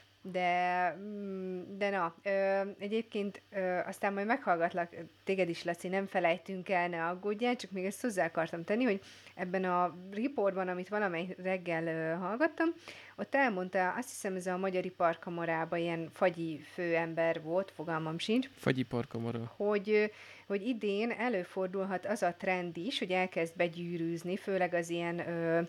de na, egyébként aztán majd meghallgatlak téged is, Laci, nem felejtünk el, ne aggódjál, csak még ezt hozzá akartam tenni, hogy ebben a riportban, amit valamely reggel hallgattam, ott elmondta, azt hiszem ez a Magyar Iparkamarában ilyen fagyi főember volt, fogalmam sincs, Fagyiparkamara. hogy idén előfordulhat az a trend is, hogy elkezd begyűrűzni, főleg az ilyen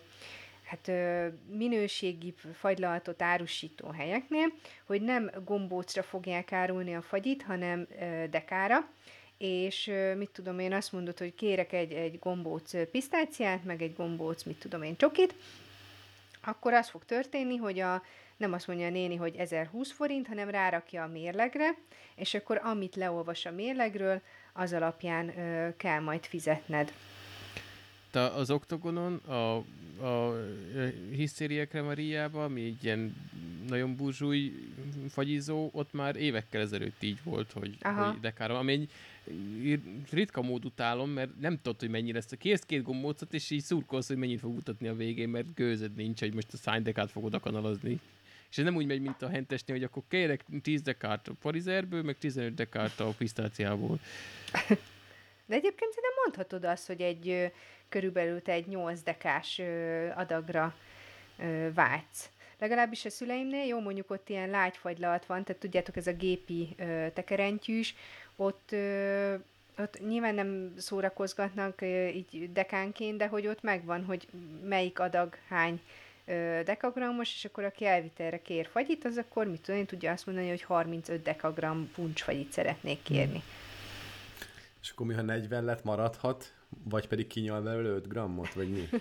minőségi fagylaltot árusító helyeknél, hogy nem gombócra fogják árulni a fagyit, hanem dekára, és mit tudom én, azt mondod, hogy kérek egy gombóc pisztáciát, meg egy gombóc, mit tudom én, csokit, akkor az fog történni, hogy nem azt mondja a néni, hogy 1020 forint, hanem rárakja a mérlegre, és akkor amit leolvas a mérlegről, az alapján kell majd fizetned. Te az Oktogonon, a Hisztéria Kremariában, ami egy ilyen nagyon burzsúj fagyizó, ott már évekkel ezelőtt így volt, hogy dekára, ami egy ritka mód utálom, mert nem tudod, hogy mennyi lesz. Kérsz 2 gombócot, és így szurkolsz, hogy mennyit fog mutatni a végén, mert gőzed nincs, hogy most a szány dekát fogod akanalazni. És ez nem úgy megy, mint a hentesnél, hogy akkor kérek 10 dekát a parizerből, meg 15 dekát a pisztáciából. De egyébként szerintem mondhatod azt, hogy körülbelül te egy 8 dekás adagra vágysz. Legalábbis a szüleimnél, jó, mondjuk ott ilyen lágyfagylalt van, tehát tudjátok, ez a gépi tekerentyűs, ott nyilván nem szórakozgatnak így dekánként, de hogy ott megvan, hogy melyik adag hány dekagrammos, és akkor aki elvitte erre kér fagyit, az akkor mit tudom én, tudja azt mondani, hogy 35 dekagramm puncsfagyit szeretnék kérni. És akkor mi, ha 40 lett, maradhat, vagy pedig kinyal belőle 5 grammot, vagy mi?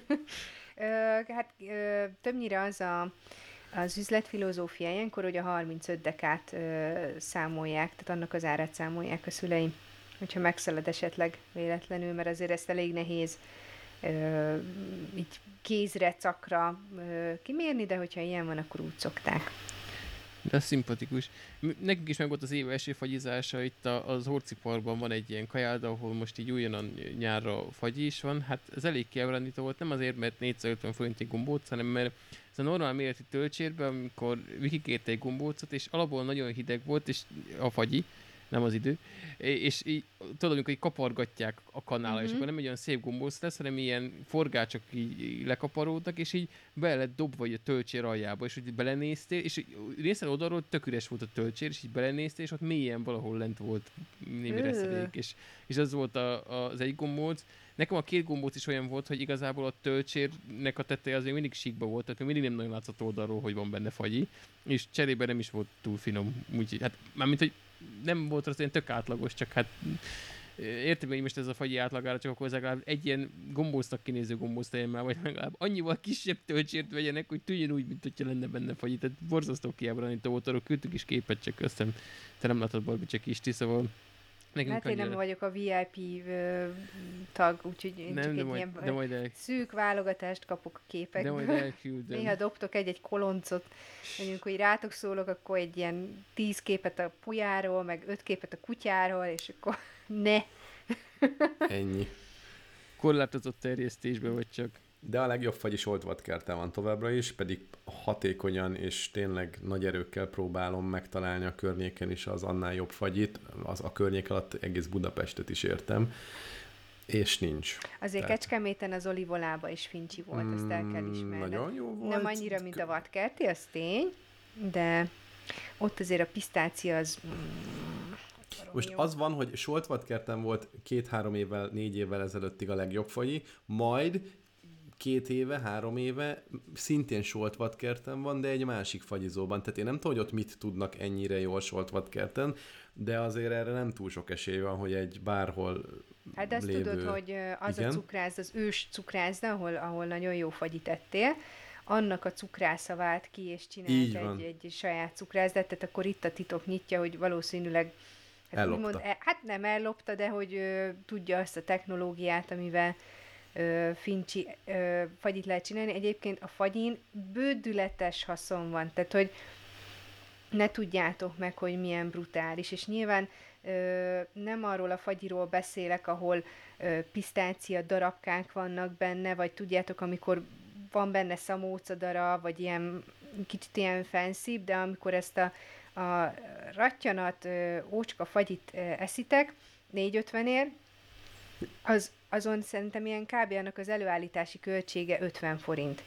Többnyire az üzletfilozófia ilyenkor, hogy a 35 dekát számolják, tehát annak az árát számolják a szüleim, hogyha megszalad esetleg véletlenül, mert azért ezt elég nehéz így kézre, cakra kimérni, de hogyha ilyen van, akkor úgy szokták. De ez szimpatikus. Nekünk is meg volt az év első fagyizása, itt az Horciparkban van egy ilyen kajáda, ahol most így újonnan nyárra fagyi is van. Hát ez elég kiábrándító volt, nem azért, mert 450 forintig gombóc, hanem mert ez a normál méretű töltsérben, amikor Viki kérte egy gombócot, és alapból nagyon hideg volt, és a fagyi, nem az idő, és így, tudod, amikor így kapargatják a kanállal, és akkor nem egy olyan szép gombóc lesz, hanem ilyen forgácsok így lekaparódnak, és így bele lett dobva a töltsér aljába, és úgy belenéztél, és részen oldalról tök üres volt a töltsér, és így belenéztél, és ott mélyen valahol lent volt némi reszedék, és az volt az egy gombóc. Nekem a két gombóc is olyan volt, hogy igazából a töltsérnek a teteje az még mindig síkba volt, tehát még mindig nem nagyon látszott oldalról, hogy van benne fagyi, és cserében nem is volt túl finom, úgyhogy hát mármint, hogy nem volt az ilyen tök átlagos, csak hát értem, hogy most ez a fagyi átlagára, csak akkor legalább egy ilyen gombóznak kinéző gombóc tegyen már, vagy legalább annyival kisebb töltsért vegyenek, hogy tűnjön úgy, mint hogyha lenne benne fagyi. Tehát borzasztó kiábrándító volt, arról küldtük is képet, csak aztán te nem látod, Barbi, csak Isti, szóval hát én nem vagyok a VIP tag, úgyhogy én csak egy ilyen szűk válogatást kapok a képekből. De majd elküldöm. Néha dobtok egy koloncot, hogy amikor rátok szólok, akkor egy ilyen 10 képet a pulyáról, meg 5 képet a kutyáról, és akkor ne. Ennyi. Korlátozott terjesztésben vagy csak. De a legjobb fagy is Oltvadkerten van továbbra is, pedig hatékonyan és tényleg nagy erőkkel próbálom megtalálni a környéken is az annál jobb fagyit. A környék alatt egész Budapestet is értem, és nincs. Azért Kecskeméten az Olivolába is fincsi volt, ezt el kell ismerned. Nagyon jó volt. Nem annyira, mint a Vadkerti, az tény, de ott azért a pisztácia az... Most az van, hogy Soltvadkerten volt 2-3 évvel, 4 évvel ezelőttig a legjobb fagyi, majd 2 éve, 3 éve szintén Soltvadkerten van, de egy másik fagyizóban. Tehát én nem tudom, hogy ott mit tudnak ennyire jól Soltvadkerten, de azért erre nem túl sok esély van, hogy egy bárhol hát de azt lévő... tudod, hogy az igen? a cukrász, az ős cukrászda, ahol nagyon jó fagyit ettél, annak a cukrásza vált ki, és csinált egy saját cukrászdát, tehát akkor itt a titok nyitja, hogy valószínűleg hát nem ellopta, de hogy tudja azt a technológiát, amivel fincsi fagyit lehet csinálni. Egyébként a fagyin bődületes haszon van, tehát hogy ne tudjátok meg, hogy milyen brutális, és nyilván nem arról a fagyiról beszélek, ahol pisztácia darabkák vannak benne, vagy tudjátok, amikor van benne szamóca darab, vagy ilyen kicsit ilyen fancy, de amikor ezt a rattyanat ócska fagyit eszitek 4,50-ért, azon szerintem ilyen kb. Annak az előállítási költsége 50 forint.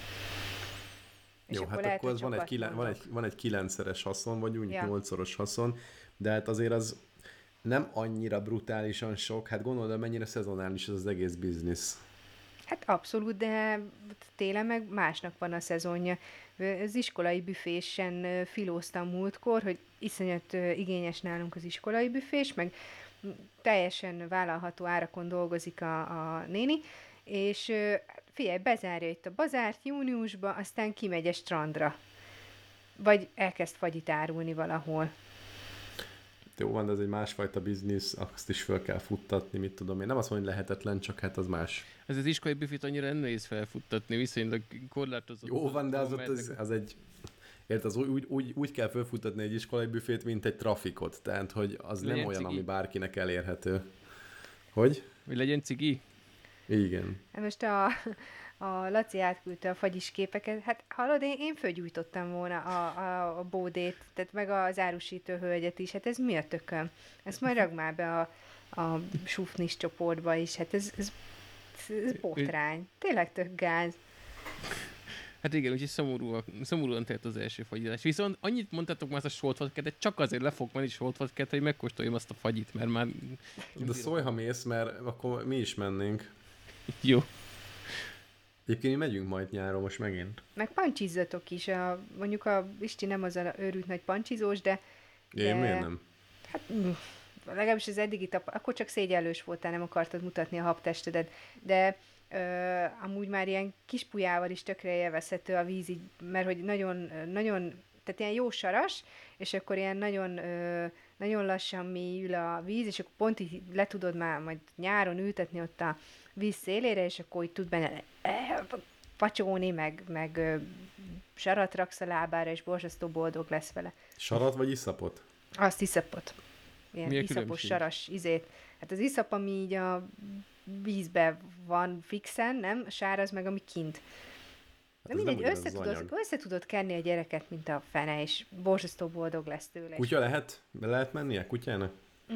És jó, hát akkor az van egy 9-szeres haszon, vagy úgy 8-szoros haszon, de hát azért az nem annyira brutálisan sok, hát gondolod, mennyire szezonális ez az egész biznisz. Hát abszolút, de télen meg másnak van a szezonja. Az iskolai büfésen filóztam múltkor, hogy iszonyat igényes nálunk az iskolai büfés, meg teljesen vállalható árakon dolgozik a néni, és figyelj, bezárja itt a bazárt júniusba, aztán kimegy a strandra. Vagy elkezd fagyit árulni valahol. Jó van, de ez egy másfajta biznisz, azt is fel kell futtatni, mit tudom én. Nem azt mondom, hogy lehetetlen, csak hát az más. Ez az iskolai büfét annyira nem nehéz felfuttatni, viszonylag korlátozott. Jó van, de az egy... Érted, az úgy kell felfuttatni egy iskolai büfét, mint egy trafikot. Tehát, hogy az legyen nem olyan, cigi, ami bárkinek elérhető. Hogy? Hogy legyen cigi? Igen. Most a Laci átküldte a fagyis képeket. Hát hallod, én fölgyújtottam volna a bódét, tehát meg az árusító hölgyet is. Hát ez mi a tököm? Ezt majd ragd már be a sufnis csoportba is. Hát ez botrány. Tényleg tök gáz. Hát igen, úgyhogy szomorúan telt az első fagyizás. Viszont annyit mondtátok már ezt a Soltvadkertet, csak azért le fog menni Soltvadkert, hogy megkóstoljam azt a fagyit, mert már... De szólj, ha mész, mert akkor mi is mennénk. Jó. Egyébként mi megyünk majd nyáron most megint. Meg pancsizzatok is. Mondjuk a Isti nem az a őrült nagy pancsizós, de Én miért nem? hát legalábbis az eddigi akkor csak szégyellős voltál, nem akartad mutatni a habtestedet, de amúgy már ilyen kis pujával is tökre élvezhető a víz, így, mert hogy nagyon, nagyon, tehát ilyen jó saras, és akkor ilyen nagyon, nagyon lassan mélyül a víz, és akkor pont így le tudod már majd nyáron ültetni ott a víz szélére, és akkor így tud benne pacsóni, meg sarat raksz a lábára, és borzasztó boldog lesz vele. Sarat vagy iszapot? Azt iszapot. Ilyen Mi a iszapos különbség? saras izét. Hát az iszap, ami így a vízbe van fixen, nem? A sár az meg, ami kint. De ez nem mindegy, ugyanaz az anyag. össze tudod kenni a gyereket, mint a fene, és borzasztó boldog lesz tőle. Kutya lehet? Be lehet mennie kutyának?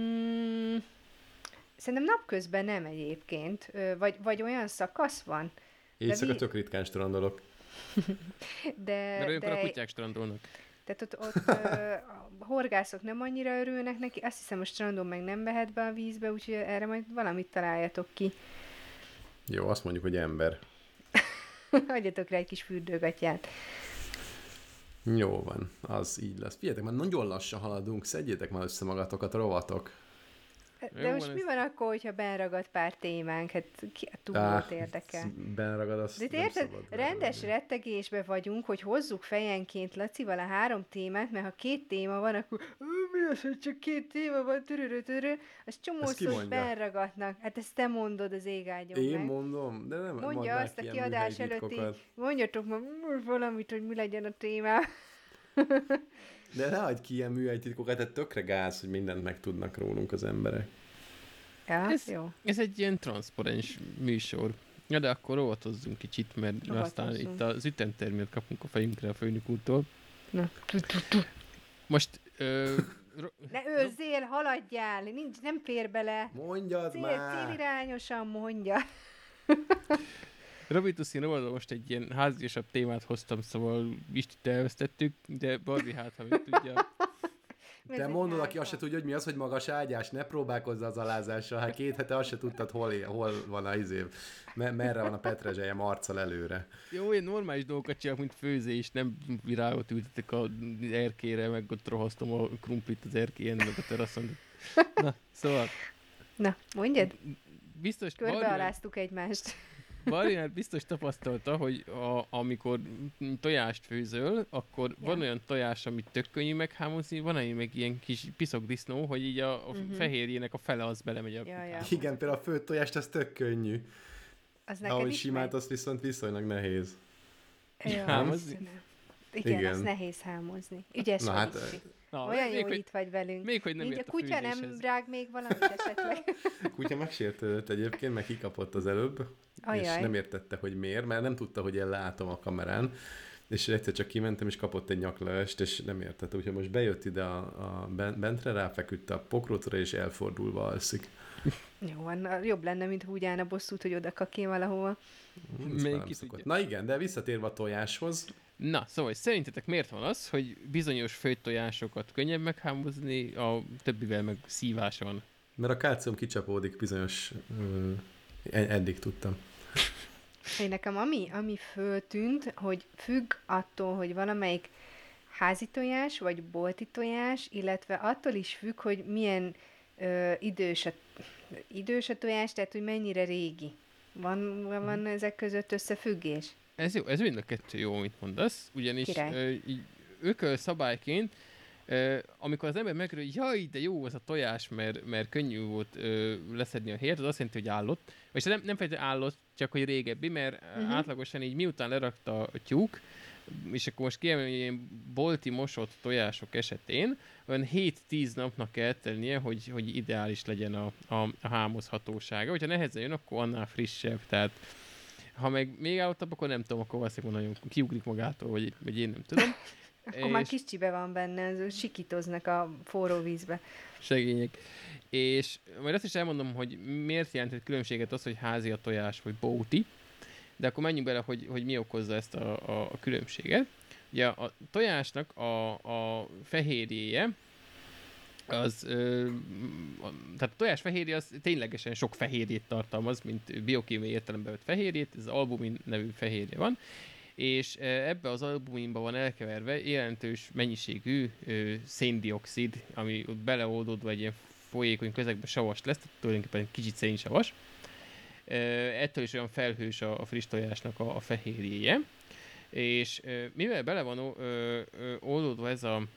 Szerintem napközben nem egyébként. Vagy olyan szakasz van. Éjszaka mi- tök ritkán strandolok. Mert olyankor a kutyák strandolnak. Tehát ott a horgászok nem annyira örülnek neki, azt hiszem a strandon meg nem vehet be a vízbe, úgyhogy erre majd valamit találjatok ki. Jó, azt mondjuk, hogy ember. Hagyjatok rá egy kis fürdőgatyát. Jó van, az így lesz. Figyeljetek, már nagyon lassan haladunk, szedjétek már össze magatokat, rovatok. De Jó most van mi ez. van akkor, hogyha benragad pár témánk? Hát ki a túlót érdekel? Benragad, azt De itt nem érted, szabad rendes benragadni. rettegésbe vagyunk, hogy hozzuk fejenként Lacival a 3 témát, mert ha 2 téma van, akkor mi az, hogy csak 2 téma van, törörö, az Ezt ki csomószor mondja? benragadnak. Hát ezt te mondod az ég áldjon Én meg. mondom, de nem Mondja mondják azt a ilyen kiadás műhelyi előtt így, titkokat. mondjatok már valamit, hogy mi legyen a témá. De ne hagyd ki ilyen műhelyi titkokat, tehát tökre gáz, hogy mindent megtudnak rólunk az emberek. Ja, Ez- jó. Ez egy ilyen transzparens műsor. Ja, de akkor óvatozzunk kicsit, mert aztán Óvatozzunk. itt az ütemtermét kapunk a fejünkre a főnök úrtól. Na. Most Ne őrzél, haladjál, nem fér bele. Mondjad már! Célirányosan mondja. Robituszi rovadon most egy ilyen háziasabb témát hoztam, szóval Istit elvesztettük, de Barbie hát, ha még tudja. Te mondod, aki azt se tudja, hogy mi az, hogy magas ágyás, ne próbálkozz az alázással. Hát 2 hete azt se tudtad, hol van a merre van a petrezselye arccal előre. Jó, én normális dolgokat csinálok, mint főzés, nem virágot ültetek az erkére, meg ott rohasztom a krumplit az erkélyen, meg a teraszon. Na, szóval, Na, mondjad, biztos körbealáztuk egymást. Bari már biztos tapasztalta, hogy amikor tojást főzöl, akkor Ja. van olyan tojás, amit tök könnyű meghámozni, van egy meg ilyen kis piszokdisznó, hogy így a fehérjének a fele az belemegy a Ja, ja. Igen, például a főtt tojást, az tök könnyű. Az neked Ahogy is simát, megy? az viszont viszonylag nehéz. Ja, hámozni? Istenem. Igen, Igen. azt nehéz hámozni. Ügyes Na vagy, hát, Isti. Na, Olyan még, jó, hogy hogy, itt vagy velünk. még hogy nem Nincs, a ért a kutya nem főzéshez. rág még valamit esetleg. A kutya megsértődött egyébként, meg kikapott az előbb, és Ajaj. nem értette, hogy miért, mert nem tudta, hogy én látom a kamerán, és egyszer csak kimentem, és kapott egy nyaklevest, és nem értette, úgyhogy most bejött ide bentre, ráfeküdt a pokrócra, és elfordulva alszik. Jó, van, jobb lenne, mint úgy állna bosszút, hogy oda kakén valahova. Ez Még már nem ki szokott. tudja. Na igen, de visszatérve a tojáshoz, Na, szóval szerintetek miért van az, hogy bizonyos főtt tojásokat könnyebb meghámozni, a többivel meg szívás van? mert a kálcium kicsapódik bizonyos, eddig tudtam. Én nekem ami föltűnt, hogy függ attól, hogy valamelyik házi tojás, vagy bolti tojás, illetve attól is függ, hogy milyen idős a tojás, tehát hogy mennyire régi. Van ezek között összefüggés? Ez jó, ez mind a kettő jó, amit mondasz, ugyanis Király. így ökölszabályként, amikor az ember megről, hogy jaj, de jó az a tojás, mert könnyű volt leszedni a hért, az azt jelenti, hogy állott. És nem feltétlenül állott, csak hogy régebbi, mert átlagosan így miután lerakta a tyúk, és akkor most kiemelni ilyen bolti mosott tojások esetén, olyan 7-10 napnak kell telnie, hogy ideális legyen a hámozhatósága. Hogyha nehezen jön, akkor annál frissebb, tehát ha meg még állottabb, akkor nem tudom, akkor valószínűleg nagyon kiugrik magától, vagy én nem tudom. Akkor már kis csibe van benne, sikítoznak a forró vízbe. Segények. És majd azt is elmondom, hogy miért jelentett különbséget az, hogy házi a tojás, vagy bóti, de akkor menjünk bele, hogy mi okozza ezt a különbséget. Ugye a tojásnak a fehérjéje tehát a tojásfehérje az ténylegesen sok fehérjét tartalmaz, mint biokémiai értelemben vett fehérjét, ez albumin nevű fehérje van, és ebbe az albuminba van elkeverve jelentős mennyiségű széndioxid, ami ott beleoldódva egy ilyen folyékony közegbe savas lesz, tehát tulajdonképpen kicsit szénsavas. Ettől is olyan felhős a friss tojásnak a fehérjéje, és mivel bele van oldódva ez a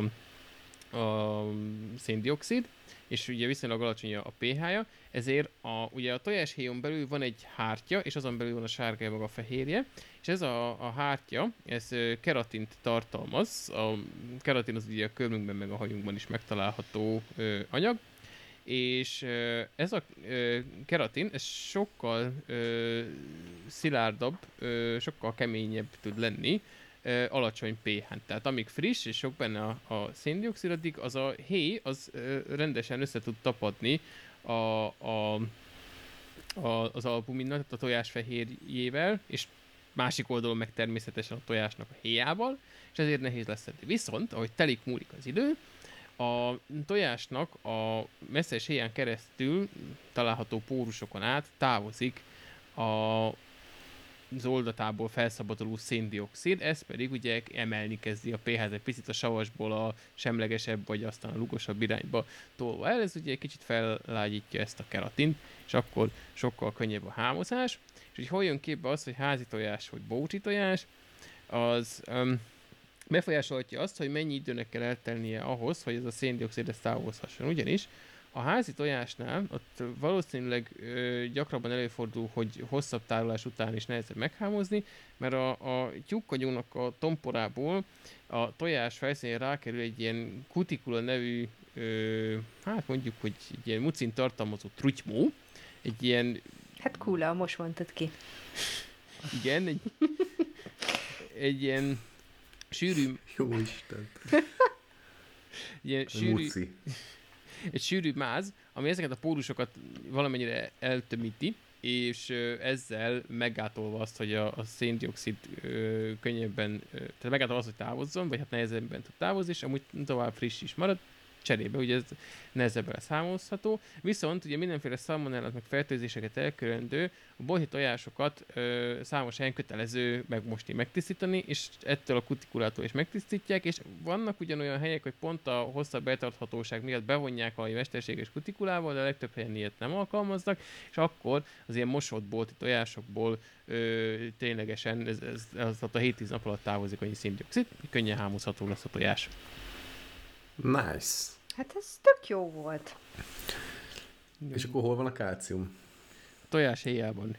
széndioxid, és ugye viszonylag alacsony a pH-ja, ezért ugye a tojáshéjon belül van egy hártya, és azon belül van a sárgája meg a fehérje, és ez a hártya, ez keratint tartalmaz, a keratin az ugye a körmünkben meg a hajunkban is megtalálható anyag, és ez a keratin, ez sokkal szilárdabb, sokkal keményebb tud lenni, alacsony pH-n. Tehát amíg friss és sok benne a széndioxid, addig az a héj az rendesen össze tud tapadni az albuminnal, tehát a tojásfehérjével, és másik oldalon meg természetesen a tojásnak a héjával, és ezért nehéz lesz szedni. Viszont, ahogy telik múlik az idő, a tojásnak a messzes héján keresztül található pórusokon át távozik az oldatából felszabaduló széndioxid, ez pedig ugye emelni kezdi a pH-t egy picit a savasból a semlegesebb, vagy aztán a lugosabb irányba tolva el, ez ugye egy kicsit fellágyítja ezt a keratint, és akkor sokkal könnyebb a hámozás, és hogy hol jön képbe az, hogy házi tojás vagy bócsi tojás, az befolyásolhatja azt, hogy mennyi időnek kell eltelnie ahhoz, hogy ez a széndioxid ezt távozhasson. Ugyanis a házi tojásnál ott valószínűleg gyakrabban előfordul, hogy hosszabb tárolás után is nehezebb meghámozni, mert a tyúkkagyónak a tomporából a tojás felszínén rákerül egy ilyen kutikula nevű, hát mondjuk, hogy egy ilyen mucin tartalmazó trutymó, egy ilyen... Hát kula, most mondtad ki. Igen, egy ilyen sűrű... Jó Isten. Ilyen sűrű... Egy sűrű máz, ami ezeket a pórusokat valamennyire eltömíti, és ezzel meggátolva azt, hogy a széndioxid könnyebben, tehát meggátolva azt, hogy távozzon, vagy hát nehezebben tud távozni, és amúgy tovább friss is marad, cserébe, ugye ez nehezebben számolható. Viszont ugye mindenféle szalmonellát meg fertőzéseket elkerülendő, a bolti tojásokat számos helyen kötelező megmosni, megtisztítani, és ettől a kutikulától is megtisztítják, és vannak ugyanolyan helyek, hogy pont a hosszabb betarthatóság miatt bevonják a mesterséges kutikulával, de a legtöbb helyen ilyet nem alkalmaznak, és akkor az ilyen mosott bolti tojásokból ténylegesen ez a 7-10 nap alatt távozik annyi széndioxid, könnyen hámozható lesz a tojás. Nice. Hát ez tök jó volt. És akkor hol van a kálcium? A tojás héjában.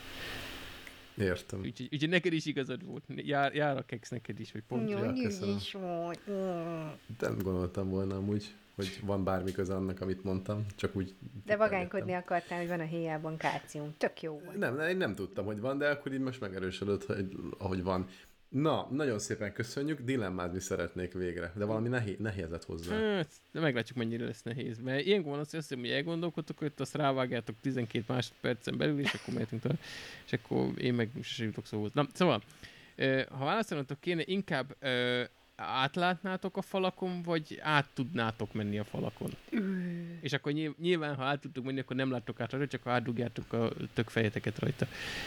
Értem. Úgyhogy neked is igazad volt. Jár a keksz neked is, hogy pont. Jó, köszönöm. is volt. Nem gondoltam volna amúgy, hogy van bármi köze annak, amit mondtam, csak úgy... De vagánykodni akartál, hogy van a héjában kálcium. Tök jó volt. Nem, én nem tudtam, hogy van, de akkor így most megerősödött, hogy ahogy van. Na, nagyon szépen köszönjük, dilemmázni szeretnék végre, de valami nehézet hozzá. Hát, de meglátjuk, mennyire lesz nehéz. Mert ilyenkor van azt hiszem, hogy elgondolkodtok, hogy azt rávágjátok 12 másodpercen belül, és akkor mehetünk tovább. És akkor én meg sosem jutok szóhoz. Na, szóval, ha válaszolnatok kéne, inkább átlátnátok a falakon, vagy át tudnátok menni a falakon? És akkor nyilván, ha át tudtok menni, akkor nem láttok át rajta, csak átdugjátok a tök fejeteket rajta.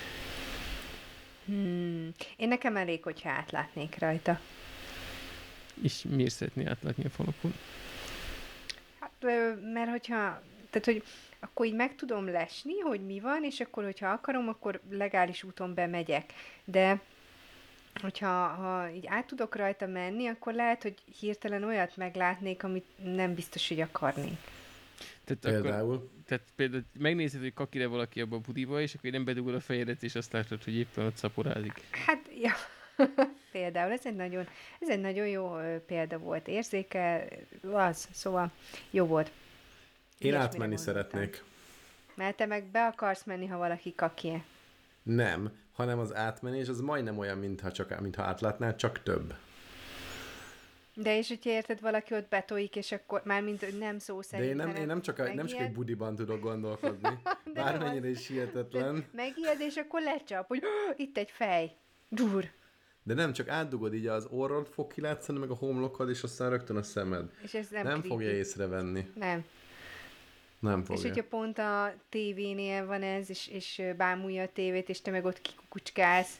Én nekem elég, hogyha átlátnék rajta. És miért szeretné átlátni a falakon? Hát, mert hogyha, tehát hogy akkor így meg tudom lesni, hogy mi van, és akkor, hogyha akarom, akkor legális úton bemegyek. De hogyha így át tudok rajta menni, akkor lehet, hogy hirtelen olyat meglátnék, amit nem biztos, hogy akarnék. Tehát például megnézed, hogy kakire valaki abba a budiba, és akkor nem bedugod a fejedet, és azt látod, hogy éppen ott szaporázik. Hát, ja. Például ez egy nagyon jó példa volt. Érzékel, szóval jó volt. Én átmenni szeretnék. Mert te meg be akarsz menni, ha valaki kakie. Nem, hanem az átmenés az majdnem olyan, mintha átlátnál, csak több. De és hogyha érted, valaki ott betolik, és akkor mármint nem szó szerint. De én nem csak egy budiban tudok gondolkodni. Bármennyire is hihetetlen. Megijed, és akkor lecsap, hogy itt egy fej. Dur. De nem, csak átdugod így az orrod fog kilátszani, meg a homlokod, és aztán rögtön a szemed. És ez nem Nem creepy. fogja észrevenni. Nem. Nem És fogja. hogyha pont a tévénél van ez, és bámulja a tévét, és te meg ott kikukucskálsz.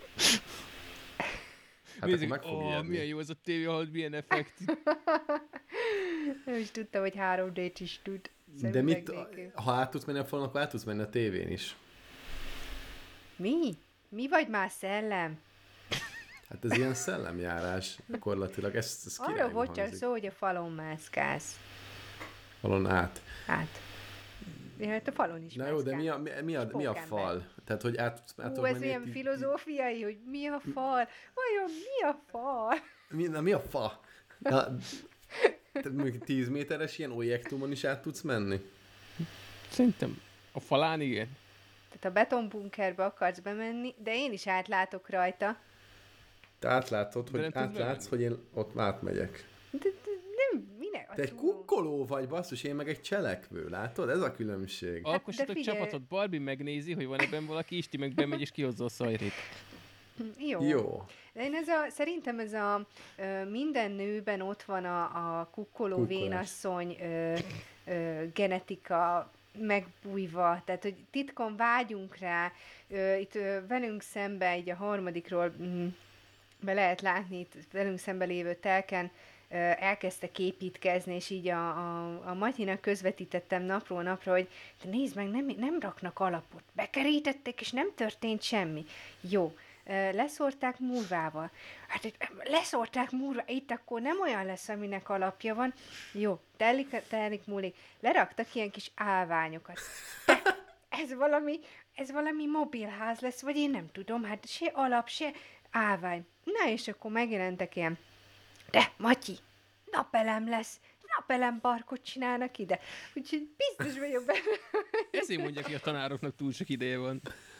Hát akkor meg fog ijedni. milyen jó ez a tévé, ahol milyen effekt. Nem is tudtam, hogy 3D-t is tud. De mit, Szemüveg nélkül. ha át tudsz menni a falon, akkor át tudsz menni a tévén is. Mi? Mi vagy már szellem? Hát ez ilyen szellemjárás gyakorlatilag. Ez Arra királyul volt csak hangzik. szó, hogy a falon mászkálsz. Falon át. Hát. Ja, hát a falon is Na jó, de mi a Pókember. fal? Tehát, hogy át tudod Ez menni ilyen egy- filozófiai, hogy mi a fal? Vajon mi a fal? mi a fa? Na, tehát mondjuk 10 méteres ilyen objektumon is át tudsz menni? Szerintem a falán igen. Tehát a betonbunkerbe akarsz bemenni, de én is átlátok rajta. Te átlátod, De hogy nem tudsz átlátsz, hogy én ott átmegyek. De nem, minek? A Te egy csúló. kukkoló vagy, basszus, én meg egy cselekvő, látod? Ez a különbség. Alkossatok de figyelj. csapatot, Barbie megnézi, hogy van ebben valaki, Isti meg bemegy és kihozza a szajrét. Jó. Jó. De én szerintem ez minden nőben ott van a kukkoló Kukkolás. vénasszony genetika megbújva, tehát hogy titkon vágyunk rá. Itt velünk szembe, így a harmadikról be lehet látni, itt velünk szembe lévő telken elkezdtek építkezni, és így a Matyinak közvetítettem napról napra, hogy de nézd meg, nem raknak alapot. Bekerítették, és nem történt semmi. Jó. Leszórták murvával. Hát leszórták murvával, itt akkor nem olyan lesz, aminek alapja van. Jó, telik múlik. Leraktak ilyen kis állványokat. De ez valami mobilház lesz, vagy én nem tudom, hát se alap, se állvány. Na és akkor megjelentek ilyen, de Matyi, napelem lesz, napelem parkot csinálnak ide. Úgyhogy biztos vagyok benne. Ezért mondják, hogy a tanároknak túl sok ideje van.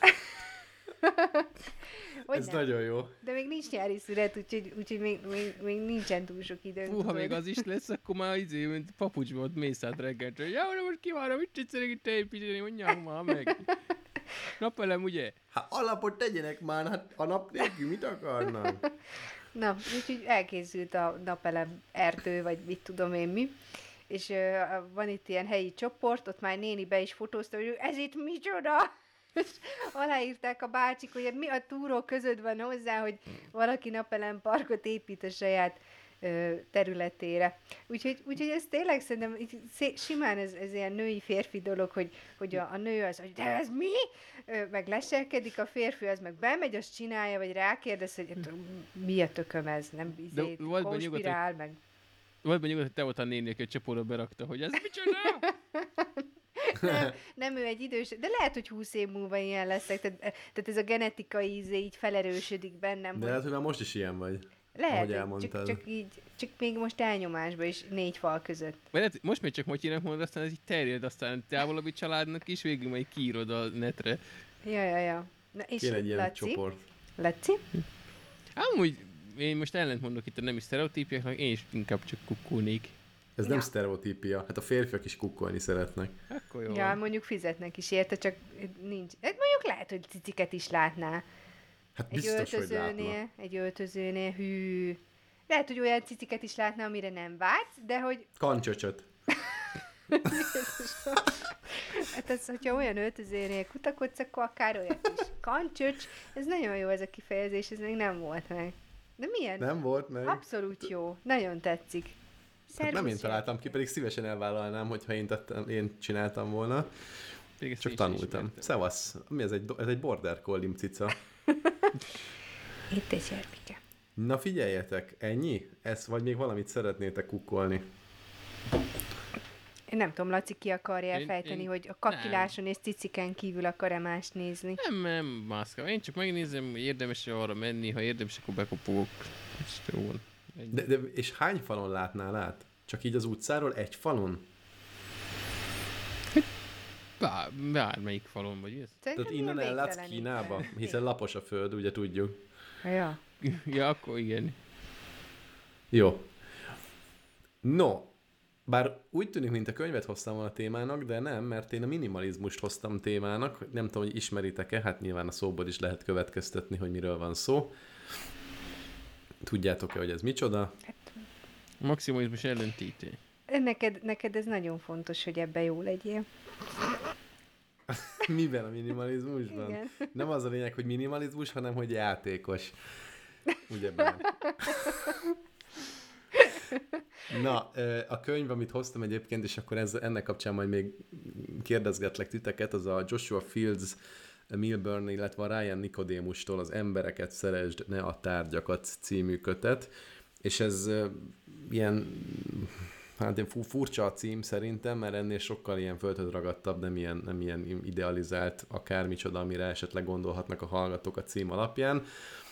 Hogy Ez nem. nagyon jó. De még nincs nyári szület, úgyhogy még nincsen túl sok időnk. Fú, ha tudod. még az is lesz, akkor már mint papucsba ott mész át reggeltre. Ja, de most kivárom, mit tetszene itt építeni, mondják már meg. Napelem, ugye? Hát alapot tegyenek már, hát a nap nélkül mit akarnak? Na, úgyhogy elkészült a napelem erdő, vagy mit tudom én mi. És van itt ilyen helyi csoport, ott már néni be is fotózta, hogy ez itt micsoda? És aláírták a bácsik, hogy mi a túró között van hozzá, hogy valaki napelem parkot épít a saját területére. Úgyhogy ez tényleg szerintem simán ez ilyen női-férfi dolog, hogy a nő az, hogy de ez mi? Meg leselkedik, a férfi az meg bemegy, azt csinálja, vagy rákérdez, hogy mi a tököm ez, nem volt benne nyugodt, konspirál, meg... Volt benne nyugodt, hogy te voltál néni, aki a csoportba berakta, hogy ez micsoda? Nem ő egy idős, de lehet, hogy 20 év múlva ilyen leszek, tehát ez a genetikai íze így felerősödik bennem. De hogy lehet, hogy már most is ilyen vagy. lehet, ahogy hogy elmondtad. csak még most elnyomásba is 4 fal között. Mert most még csak Matyinak mondod, aztán ez így terjed, aztán távolabbi családnak is, végül majd kiírod a netre. Ja. Na, és Kéne egy ilyen Laci? csoport. Laci? Amúgy én most ellent mondok itt a nemi sztereotípiáknak, én is inkább csak kukkulnék. Ez nem Ja. sztereotípia. Hát a férfiak is kukkolni szeretnek. Akkor jó. Ja, mondjuk fizetnek is érte, csak nincs. Mondjuk lehet, hogy ciciket is látná. Hát biztos, hogy látna. Egy öltözőnél, hű. Lehet, hogy olyan ciciket is látná, amire nem vágysz, de hogy Kancsöcsöt. hát ez, hogyha olyan öltözőnél kutakodsz, akkor akár olyat is. Kancsöcs, ez nagyon jó ez a kifejezés, ez még nem volt meg. De milyen? Nem volt meg. Abszolút jó. Nagyon tetszik. Hát nem én Szervusz, találtam ki, pedig szívesen elvállalnám, hogyha én csináltam volna. Pedig ezt Csak én sem tanultam. ismertem. Szevasz. Mi ez egy border collie cica. Itt egy serpike. Na figyeljetek, ennyi? Ez vagy még valamit szeretnétek kukkolni? Én nem tudom, Laci ki akarja Én- fejteni, én- hogy a kakiláson és ciciken kívül akar-e mást nézni. Nem, mászkál. Én csak megnézem, hogy érdemes arra menni, ha érdemes, akkor bekopogok. És jó van. Ennyi. De, és hány falon látnál át? Csak így az utcáról egy falon? Bármelyik falon vagy ez? Tehát Szerintem innen ilyen ellátsz végtelenül Kínába? fel. Hiszen lapos a föld, ugye tudjuk. Ja. Ja, akkor igen. Jó. No, bár úgy tűnik, mint a könyvet hoztam volna témának, de nem, mert én a minimalizmust hoztam témának. Nem tudom, hogy ismeritek-e, hát nyilván a szóból is lehet következtetni, hogy miről van szó. Tudjátok-e, hogy ez micsoda? Maximalizmus ellentéte. Neked ez nagyon fontos, hogy ebbe jó legyél. Miben a minimalizmusban? Igen. Nem az a lényeg, hogy minimalizmus, hanem hogy játékos. Ugyebben. Na, a könyv, amit hoztam egyébként, és akkor ennek kapcsán majd még kérdezgetlek titeket, az a Joshua Fields Milburn, illetve a Ryan Nicodemus-tól az Embereket szeresd, ne a tárgyakat című kötet, és ez ilyen, hát ilyen furcsa a cím szerintem, mert ennél sokkal ilyen földhöz ragadtabb, nem ilyen idealizált akármicsoda, amire esetleg gondolhatnak a hallgatók a cím alapján.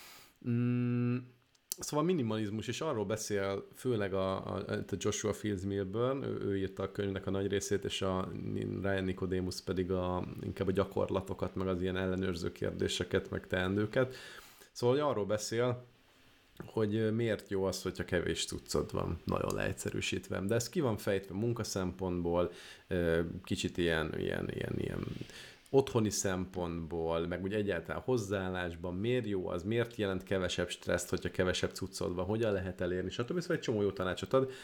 Szóval minimalizmus, és arról beszél főleg a Joshua Fields Milburn, ő írta a könyvnek a nagy részét, és a Ryan Nicodemus pedig inkább a gyakorlatokat, meg az ilyen ellenőrző kérdéseket, meg teendőket. Szóval arról beszél, hogy miért jó az, hogyha kevés cuccod van, nagyon leegyszerűsítve. De ez ki van fejtve munkaszempontból, kicsit ilyen otthoni szempontból, meg úgy egyáltalán hozzáállásban, miért jó az, miért jelent kevesebb stresszt, hogyha kevesebb cuccod van, hogyan lehet elérni, stb. Szóval egy csomó jó tanácsot ad.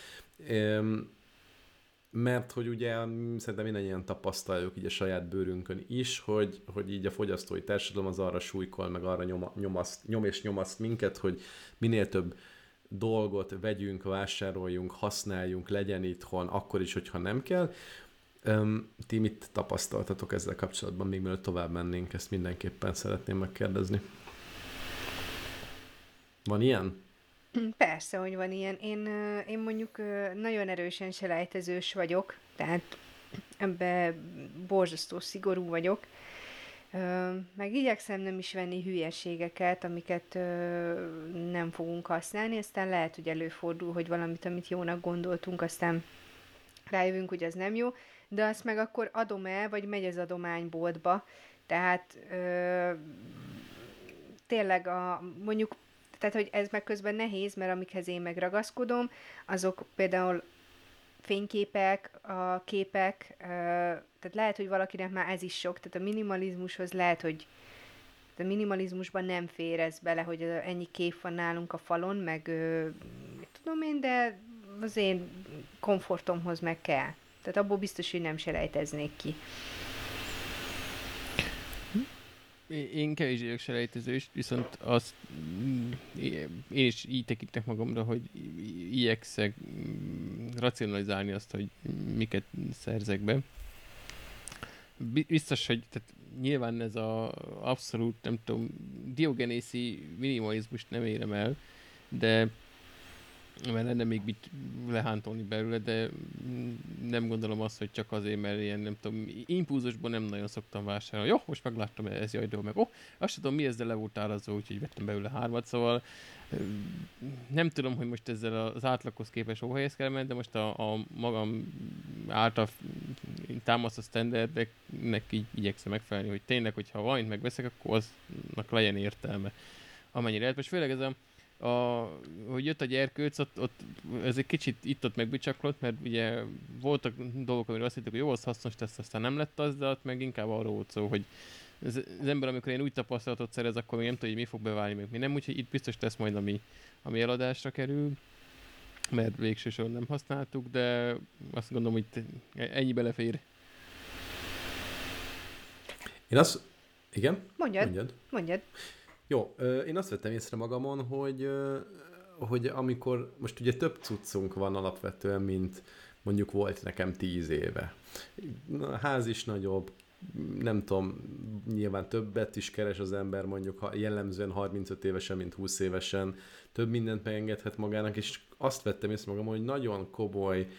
Mert hogy ugye szerintem mindannyian tapasztaljuk így a saját bőrünkön is, hogy így a fogyasztói társadalom az arra súlykol, meg arra nyomaszt minket, hogy minél több dolgot vegyünk, vásároljunk, használjunk, legyen itthon, akkor is, hogyha nem kell. Ti mit tapasztaltatok ezzel kapcsolatban, még mielőtt tovább mennénk, ezt mindenképpen szeretném megkérdezni. Van ilyen? Persze, hogy van ilyen. Én mondjuk nagyon erősen selejtezős vagyok, tehát ebbe borzasztó szigorú vagyok. Meg igyekszem nem is venni hülyeségeket, amiket nem fogunk használni, aztán lehet, hogy előfordul, hogy valamit, amit jónak gondoltunk, aztán rájövünk, hogy az nem jó, de azt meg akkor adom el, vagy megy az adományboltba. Tehát tényleg mondjuk, tehát hogy ez meg közben nehéz, mert amikhez én megragaszkodom, azok például fényképek, a képek, tehát lehet, hogy valakinek már ez is sok, tehát a minimalizmushoz lehet, hogy a minimalizmusban nem fér ez bele, hogy ennyi kép van nálunk a falon, meg mit tudom én, de az én komfortomhoz meg kell. Tehát abból biztos, hogy nem selejteznék ki. Én kevésbé vagyok selejtezős, viszont azt én is így tekintek magamra, hogy igyekszek racionalizálni azt, hogy miket szerzek be. Biztos, hogy tehát nyilván ez az abszolút, nem tudom, diogenészi minimalizmust nem érem el, de mert lenne még mit lehántolni belőle, de nem gondolom azt, hogy csak azért, mert ilyen, nem tudom, impulzusból nem nagyon szoktam vásárolni. Jó, most megláttam, ez jaj, de meg azt tudom mi ez, de le volt árazó, úgyhogy vettem belőle 3, szóval nem tudom, hogy most ezzel az átlaghoz képest óhelyez kell menni, de most a magam által támasztott standardeknek így igyekszem megfelelni, hogy tényleg, hogyha valamit megveszek, akkor aznak legyen értelme. Amennyire lehet. Most főleg ez hogy jött a gyerkőc, ott ez egy kicsit itt-ott megbicsaklott, mert ugye voltak dolgok, amire azt hittük, hogy jó, az hasznos lesz, aztán nem lett az, de ott meg inkább arról volt szó, hogy az ember, amikor én úgy tapasztalatot szerez, akkor még nem tudja, hogy mi fog beválni, meg mi nem, úgyhogy itt biztos lesz majd, ami eladásra kerül, mert végső soron nem használtuk, de azt gondolom, hogy ennyi belefér. Én azt... Igen? Mondjad. Jó, én azt vettem észre magamon, hogy amikor most ugye több cuccunk van alapvetően, mint mondjuk volt nekem 10 éve. A ház is nagyobb, nem tudom, nyilván többet is keres az ember, mondjuk jellemzően 35 évesen, mint 20 évesen, több mindent megengedhet magának, és azt vettem észre magamon, hogy nagyon komoly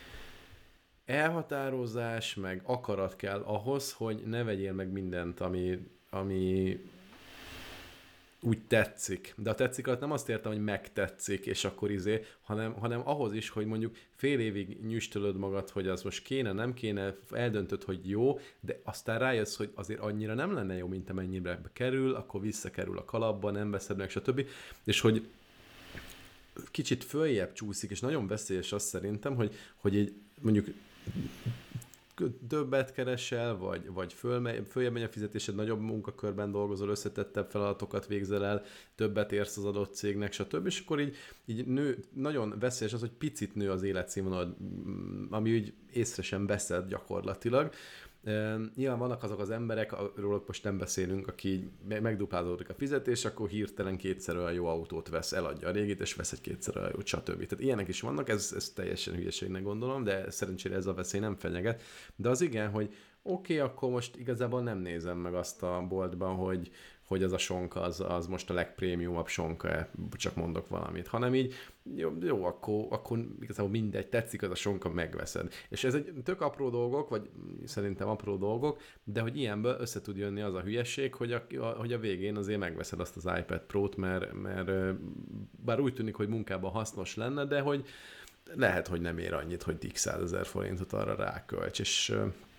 elhatározás, meg akarat kell ahhoz, hogy ne vegyél meg mindent, ami úgy tetszik. De a tetszik alatt nem azt értem, hogy megtetszik, és akkor hanem ahhoz is, hogy mondjuk fél évig nyüstölöd magad, hogy az most kéne, nem kéne, eldöntöd, hogy jó, de aztán rájössz, hogy azért annyira nem lenne jó, mint amennyire kerül, akkor visszakerül a kalapba, nem veszed meg, stb. És hogy kicsit följebb csúszik, és nagyon veszélyes az szerintem, hogy egy mondjuk többet keresel, vagy följebb megy a fizetésed, nagyobb munkakörben dolgozol, összetettebb feladatokat végzel el, többet érsz az adott cégnek, stb. És akkor így nő, nagyon veszélyes az, hogy picit nő az életszínvonal, ami úgy észre sem veszed gyakorlatilag. Nyilván vannak azok az emberek, arról most nem beszélünk, aki így megduplázódik a fizetés, akkor hirtelen kétszer olyan jó autót vesz, eladja a régit, és vesz egy kétszer olyan jót, stb. Tehát ilyenek is vannak, ez teljesen hülyeségnek gondolom, de szerencsére ez a veszély nem fenyeget. De az igen, hogy oké, akkor most igazából nem nézem meg azt a boltban, hogy az a sonka, az most a legprémiumabb sonka, csak mondok valamit, hanem így, jó akkor igazából mindegy, tetszik az a sonka, megveszed. És ez egy tök apró dolgok, vagy szerintem apró dolgok, de hogy ilyenből össze tud jönni az a hülyesség, hogy a végén azért megveszed azt az iPad Pro-t, mert bár úgy tűnik, hogy munkában hasznos lenne, de hogy lehet, hogy nem ér annyit, hogy x 100 000 forintot arra rákölts, és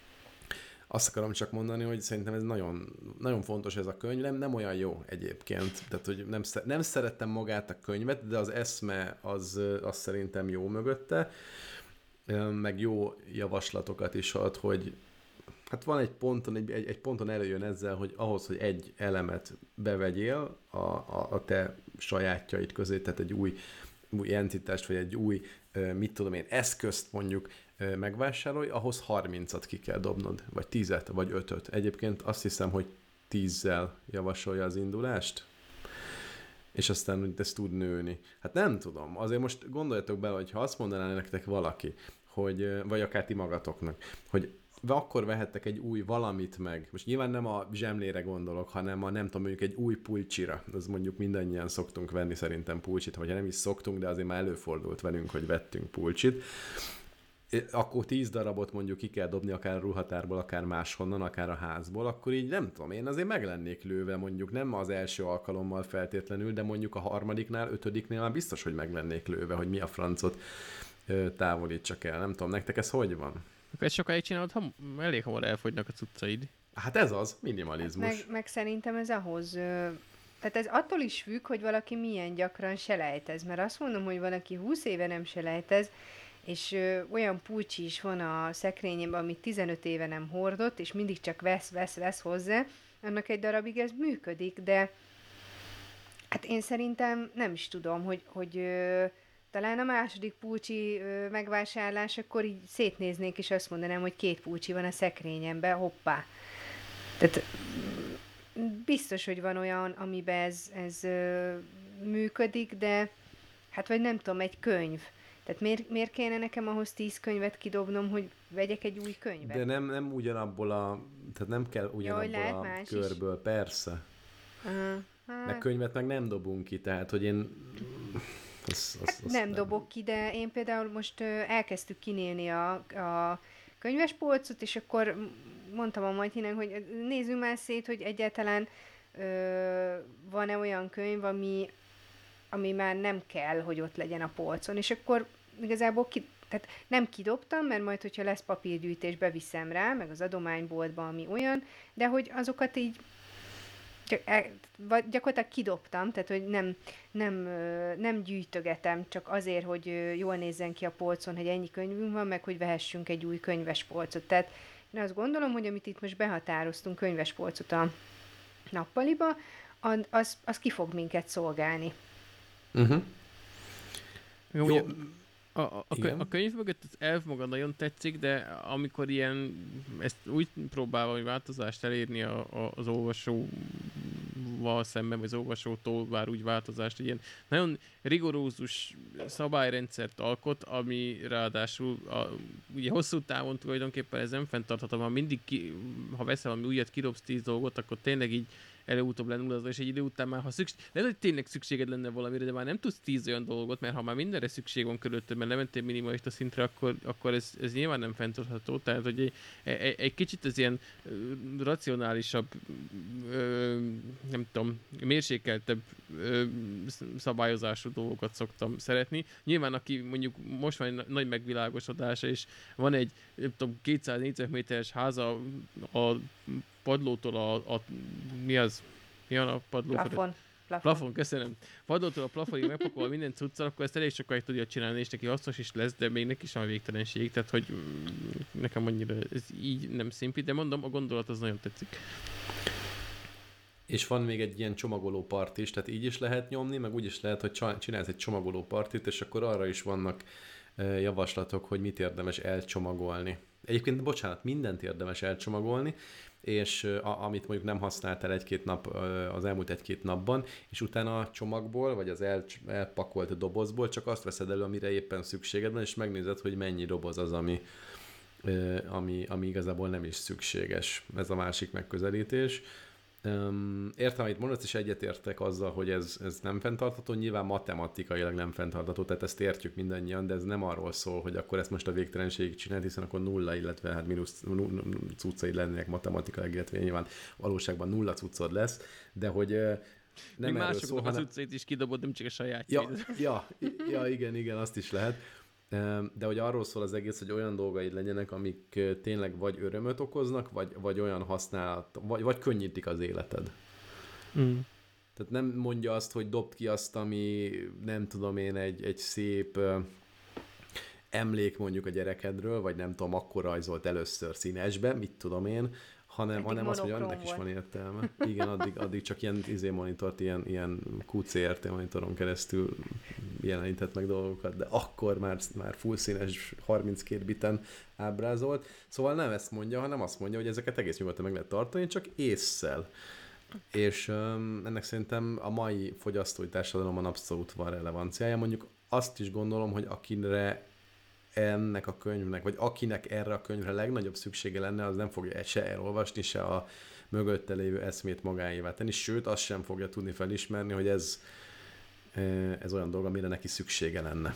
azt akarom csak mondani, hogy szerintem ez nagyon, nagyon fontos ez a könyv, nem olyan jó egyébként, tehát hogy nem szerettem magát a könyvet, de az eszme az szerintem jó mögötte, meg jó javaslatokat is ad, hogy hát van egy ponton, egy ponton előjön ezzel, hogy ahhoz, hogy egy elemet bevegyél a te sajátjaid közé, tehát egy új entitást, vagy egy új, mit tudom én, eszközt mondjuk megvásárolj, ahhoz 30-at ki kell dobnod, vagy 10-et, vagy 5-öt. Egyébként azt hiszem, hogy 10-zel javasolja az indulást, és aztán hogy ez tud nőni. Hát nem tudom, azért most gondoljatok bele, hogy ha azt mondaná nektek valaki, hogy, vagy akár ti magatoknak, hogy akkor vehettek egy új valamit meg. Most nyilván nem a zsemlére gondolok, hanem nem tudom, mondjuk egy új pulcsira. Az mondjuk mindannyian szoktunk venni szerintem pulcsit, vagy nem is szoktunk, de azért már előfordult velünk, hogy vettünk pulcsit. Akkor 10 darabot mondjuk ki kell dobni akár a ruhatárból, akár máshonnan, akár a házból, akkor így nem tudom, én azért meg lennék lőve mondjuk, nem az első alkalommal feltétlenül, de mondjuk a harmadiknál, 5-nél már biztos, hogy meg lennék lőve, hogy mi a francot távolítsak el. Nem tudom, nektek ez hogy van? Akkor ezt sokáig csinálod, elég hamar elfogynak a cuccaid. Hát ez az, minimalizmus. Meg szerintem ez ahhoz... Tehát ez attól is függ, hogy valaki milyen gyakran selejtez. Mert azt mondom, hogy valaki 20 éve nem selejtez, és olyan pulcsi is van a szekrényében, amit 15 éve nem hordott, és mindig csak vesz hozzá, annak egy darabig ez működik, de hát én szerintem nem is tudom, hogy talán a második pulcsi megvásárlás, akkor így szétnéznék, és azt mondanám, hogy 2 pulcsi van a szekrényemben, hoppá. Tehát biztos, hogy van olyan, amiben ez működik, de hát vagy nem tudom, egy könyv. Tehát miért kéne nekem ahhoz 10 könyvet kidobnom, hogy vegyek egy új könyvet? De nem ugyanabból tehát nem kell ugyanabból a körből, is? Persze. Meg könyvet meg nem dobunk ki, tehát hogy én... Nem dobok ki, de én például most elkezdtük kinélni a könyvespolcot, és akkor mondtam a Matyinek, hogy nézzünk már szét, hogy egyáltalán van-e olyan könyv, ami már nem kell, hogy ott legyen a polcon, és akkor igazából tehát nem kidobtam, mert majd, hogyha lesz papírgyűjtés, beviszem rá, meg az adományboltba, ami olyan, de hogy azokat így gyakorlatilag kidobtam, tehát hogy nem gyűjtögetem csak azért, hogy jól nézzen ki a polcon, hogy ennyi könyvünk van, meg hogy vehessünk egy új könyvespolcot. Tehát én azt gondolom, hogy amit itt most behatároztunk könyvespolcot a nappaliba, az ki fog minket szolgálni. Uh-huh. Jó. A könyv mögött az elv maga nagyon tetszik, de amikor ezt úgy próbál valami változást elérni az olvasóval szemben, vagy az olvasótól vár úgy változást, hogy ilyen nagyon rigorózus szabályrendszert alkot, ami ráadásul ugye hosszú távon tulajdonképpen ez nem fenntartható, ha mindig ha veszel valami újat, kidobsz 10 dolgot, akkor tényleg így előutóbb lenullazva, és egy idő után már, ha lehet, hogy tényleg szükséged lenne valamire, de már nem tudsz 10 olyan dolgot, mert ha már mindenre szükség van körülötted, mert lementél minimalista szintre, akkor ez nyilván nem fenntartható. Tehát, hogy egy kicsit az ilyen racionálisabb, nem tudom, mérsékeltebb szabályozású dolgokat szoktam szeretni. Nyilván, aki mondjuk most van egy nagy megvilágosodása, és van egy, nem tudom, 200 négyzetméteres háza a padlótól mi az? Mi van a padló? Plafon. Plafon, köszönöm. Padlótól a plafonig megpakol minden cuccal, akkor ezt elég sokáig tudja csinálni, és neki hasznos is lesz, de még neki sem a végtelenség, tehát hogy nekem annyira ez így nem szimpi, de mondom, a gondolat az nagyon tetszik. És van még egy ilyen csomagoló part is, tehát így is lehet nyomni, meg úgy is lehet, hogy csinálsz egy csomagoló partit, és akkor arra is vannak javaslatok, hogy mit érdemes elcsomagolni. Egyébként, bocsánat, mindent érdemes elcsomagolni, és amit mondjuk nem használtál egy-két nap, az elmúlt egy-két napban, és utána a csomagból, vagy az elpakolt dobozból csak azt veszed elő, amire éppen szükséged van, és megnézed, hogy mennyi doboz az, ami igazából nem is szükséges. Ez a másik megközelítés. Értem, amit mondasz, és egyetértek azzal, hogy ez nem fenntartható, nyilván matematikailag nem fenntartható, tehát ezt értjük mindannyian, de ez nem arról szól, hogy akkor ezt most a végtelenségig csinált, hiszen akkor nulla, illetve hát mínusz cuccaid lennének matematikailag, illetve nyilván valóságban nulla cuccod lesz, de hogy nem még erről szól, másoknak az utcait is kidobod, nem csak a sajátjait. Ja, igen, azt is lehet. De hogy arról szól az egész, hogy olyan dolgaid legyenek, amik tényleg vagy örömöt okoznak, vagy olyan használat, vagy könnyítik az életed. Mm. Tehát nem mondja azt, hogy dobd ki azt, ami nem tudom én, egy szép emlék mondjuk a gyerekedről, vagy nem tudom, akkor rajzolt először színesbe, mit tudom én, hanem azt, hogy annak is van értelme. Igen, addig csak ilyen monitort, ilyen QCRT monitoron keresztül jelenített meg dolgokat, de akkor már full színes 32 biten ábrázolt. Szóval nem ezt mondja, hanem azt mondja, hogy ezeket egész nyugodtan meg lehet tartani, csak ésszel. És ennek szerintem a mai fogyasztói társadalomban abszolút van relevanciája. Mondjuk azt is gondolom, hogy akire ennek a könyvnek, vagy akinek erre a könyvre legnagyobb szüksége lenne, az nem fogja se elolvasni, se a mögötte lévő eszmét magáévá tenni, sőt, azt sem fogja tudni felismerni, hogy ez olyan dolog, amire neki szüksége lenne.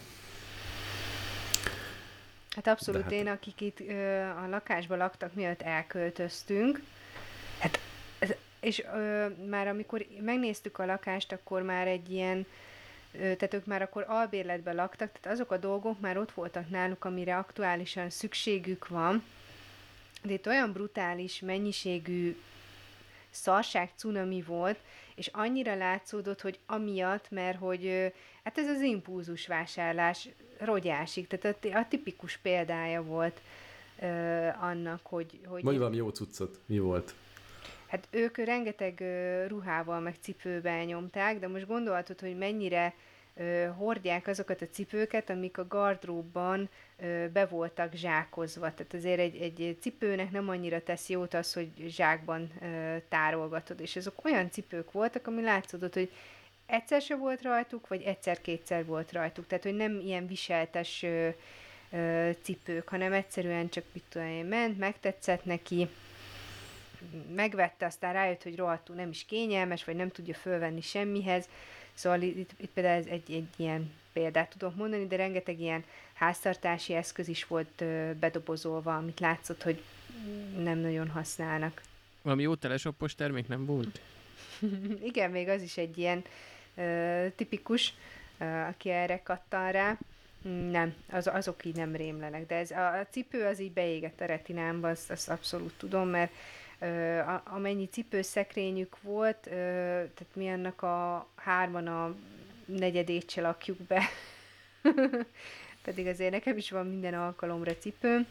Hát abszolút, én, akik itt a lakásban laktak, miatt elköltöztünk, hát, és már amikor megnéztük a lakást, akkor már egy ilyen, tehát ők már akkor albérletben laktak, tehát azok a dolgok már ott voltak náluk, amire aktuálisan szükségük van, de itt olyan brutális mennyiségű szarság cunami volt, és annyira látszódott, hogy amiatt, mert hogy hát ez az impulzus vásárlás rogyásig, tehát a tipikus példája volt annak, hogy... Mondj valami jó cuccot, mi volt? Hát ők rengeteg ruhával meg cipőben nyomták, de most gondolhatod, hogy mennyire hordják azokat a cipőket, amik a gardróbban be voltak zsákozva. Tehát azért egy cipőnek nem annyira tesz jót az, hogy zsákban tárolgatod. És ezek olyan cipők voltak, ami látszódott, hogy egyszer se volt rajtuk, vagy egyszer-kétszer volt rajtuk. Tehát, hogy nem ilyen viseltes cipők, hanem egyszerűen csak, mit tudom én, ment, megtetszett neki, megvette, aztán rájött, hogy rohadtul nem is kényelmes, vagy nem tudja fölvenni semmihez. Szóval itt például ez egy ilyen példát tudok mondani, de rengeteg ilyen háztartási eszköz is volt bedobozolva, amit látszott, hogy nem nagyon használnak. Valami jó telesoppos termék nem volt? Igen, még az is egy ilyen tipikus, aki erre kattan rá. Nem, azok így nem rémlenek, de ez a cipő az így beégett a retinámba, azt abszolút tudom, mert amennyi cipőszekrényük volt, tehát mi annak a 3 a 4 se lakjuk be. Pedig azért nekem is van minden alkalomra cipőm.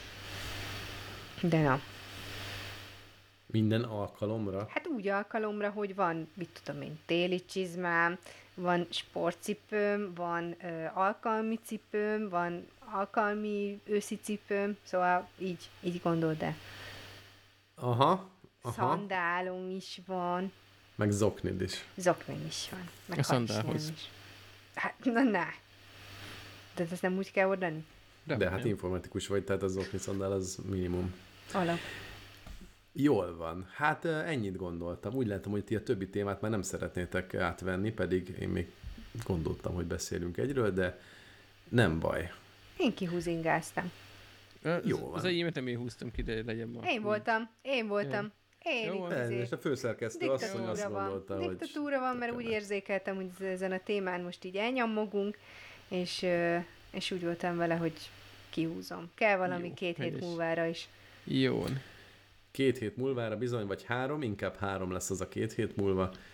De na. Minden alkalomra? Hát úgy alkalomra, hogy van, mit tudom én, téli csizmám, van sportcipőm, van alkalmi cipőm, van alkalmi őszi cipőm, szóval így gondold el. Aha. Szandálom is van. Meg zoknid is. Zoknim is van. Meg a szandálhoz. is. Hát, na. De ezt nem úgy kell oldani? De hát informatikus vagy, tehát az zokni szandál az minimum. Alap. Jól van. Hát ennyit gondoltam. Úgy látom, hogy ti a többi témát már nem szeretnétek átvenni, pedig én még gondoltam, hogy beszélünk egyről, de nem baj. Én kihúzingáztam. Jó van. Az enyémet nem én húztam ki, de legyen ma. Én voltam. Én Jó, itt És a főszerkesztő asszony azt gondolta, hogy... Diktatúra van, mert úgy érzékeltem, hogy ezen a témán most így elnyammogunk, és úgy voltam vele, hogy kihúzom. Kell valami 2 hét múlvára is. Jó. 2 hét múlvára bizony, vagy 3, inkább 3 lesz az a 2 hét múlva.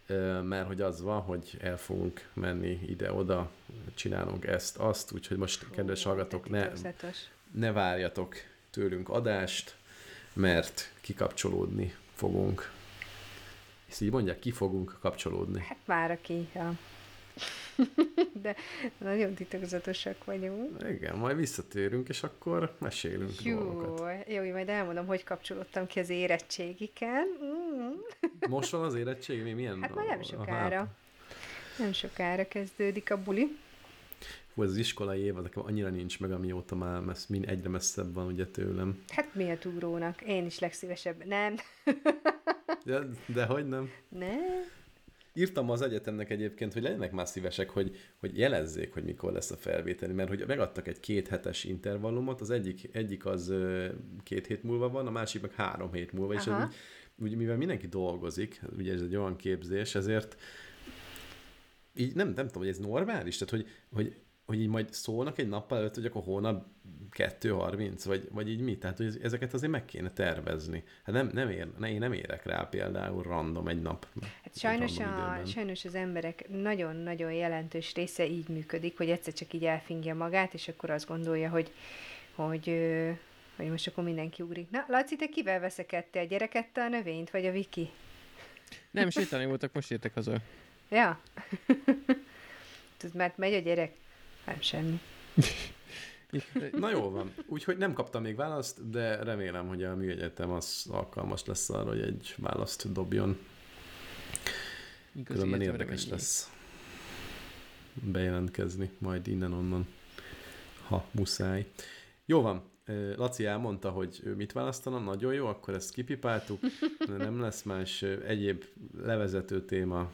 mert hogy az van, hogy el fogunk menni ide-oda, csinálunk ezt, azt, úgyhogy most, kedves hallgatók, ne várjatok tőlünk adást, mert kikapcsolódni fogunk. Ezt így mondják, ki fogunk kapcsolódni. Hát már aki, ja. De nagyon titokzatosak vagyunk. Igen, majd visszatérünk, és akkor mesélünk dolgokat. Jó, majd elmondom, hogy kapcsolódtam ki az érettségiken. Most van az érettség? Milyen? Hát már nem sokára. Nem sokára kezdődik a buli. Hú, ez az iskolai év, nekem annyira nincs meg, amióta már egyre messzebb van ugye tőlem. Hát mi a túrónak? Én is legszívesebb. Nem. De hogy nem? Nem. Írtam az egyetemnek egyébként, hogy legyenek már szívesek, hogy jelezzék, hogy mikor lesz a felvételi, mert hogy megadtak egy 2 hetes intervallumot, az egyik az 2 hét múlva van, a másik meg 3 hét múlva, és úgy, mivel mindenki dolgozik, ugye ez egy olyan képzés, ezért így nem tudom, hogy ez normális, tehát hogy így majd szólnak egy nappal előtt, hogy akkor hónap 2:30, vagy így mi? Tehát, hogy ezeket azért meg kéne tervezni. Hát én nem érek rá például random egy nap. Hát sajnos az emberek nagyon-nagyon jelentős része így működik, hogy egyszer csak így elfingja magát, és akkor azt gondolja, hogy most akkor mindenki ugrik. Na, Laci, te kivel veszekedtél? A gyerekettel, a növényt, vagy a Viki? Nem, sétálni voltak, most értek haza. Ja. Mert megy a gyerek. Nem semmi. Na jól van. Úgyhogy nem kaptam még választ, de remélem, hogy a műegyetem az alkalmas lesz arra, hogy egy választ dobjon. Különben érdekes lesz bejelentkezni majd innen-onnan, ha muszáj. Jó van. Laci elmondta, hogy ő mit választana, nagyon jó, akkor ezt kipipáltuk. Nem lesz más egyéb levezető téma.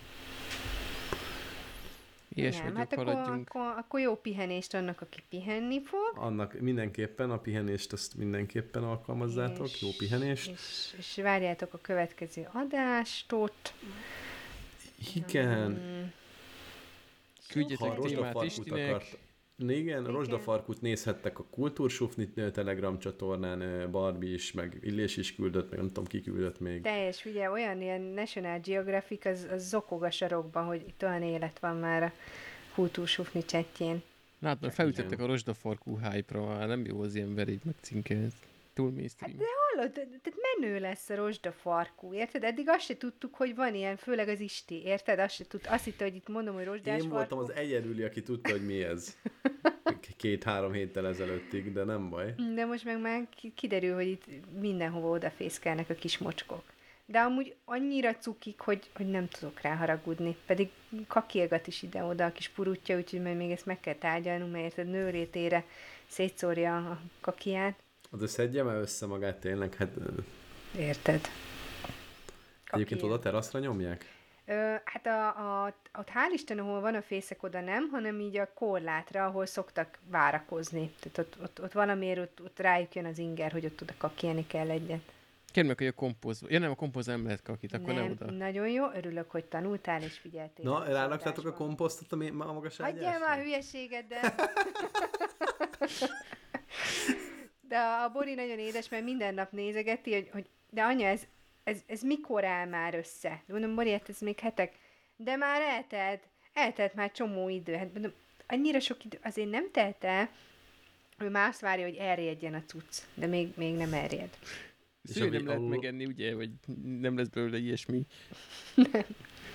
Nem, hát akkor jó pihenést annak, aki pihenni fog. Annak mindenképpen, a pihenést azt mindenképpen alkalmazzátok, jó pihenést. És várjátok a következő adást ott. Igen. Küldjetek témát Istinek. Igen, rozsdafarkut nézhettek a Kultúrsufni Telegram csatornán, Barbie is, meg Illés is küldött, meg nem tudom, ki küldött még. Teljes, ugye olyan ilyen National Geographic, az zokog a sarokban, hogy itt olyan élet van már a Kultúrsufni chatjén. Látod, felütettek a rozsdafarkú hype-ra, nem jó az ilyen verégy megcinkelni. Túl mainstream. Hát de hallod, tehát menő lesz a rozsdafarkú, érted? Eddig azt se tudtuk, hogy van ilyen, főleg az Isti, érted? Azt hitte, hogy itt mondom, hogy rozsdás farkú. Én voltam az egyedüli, aki tudta, hogy mi ez. 2-3 héttel ezelőttig, de nem baj. De most meg már kiderül, hogy itt mindenhova odafészkelnek a kis mocskok. De amúgy annyira cukik, hogy nem tudok rá haragudni. Pedig kakilgat is ide-oda a kis purutja, úgyhogy majd még ezt meg kell tárgyalnunk, mert érted, nőrétére szétszórja a kakiját. De szedje már össze magát tényleg, hát... Érted. Egyébként oda teraszra nyomják? Hát ott hál' Isten, ahol van a fészek, oda nem, hanem így a korlátra, ahol szoktak várakozni. Tehát ott valamiért ott rájuk jön az inger, hogy ott oda kakilni kell egyet. Kérem meg, hogy a kompóz... Ja nem, a kompóz nem lehet kakit, akkor nem oda. Nagyon jó, örülök, hogy tanultál és figyeltél. Na, ráraktátok a komposztot a magas ágyásra? Hagyjál már hülyeséget, de a Bori nagyon édes, mert minden nap nézegeti, hogy de anya, ez mikor áll már össze? Mondom, Bori, hát ez még hetek. De már eltelt már csomó idő. Hát mondom, annyira sok idő, azért nem telt el, ő már azt várja, hogy elriedjen a cucc, de még nem elried. Szülő nem lehet megenni, ugye, vagy nem lesz belőle ilyesmi. Nem.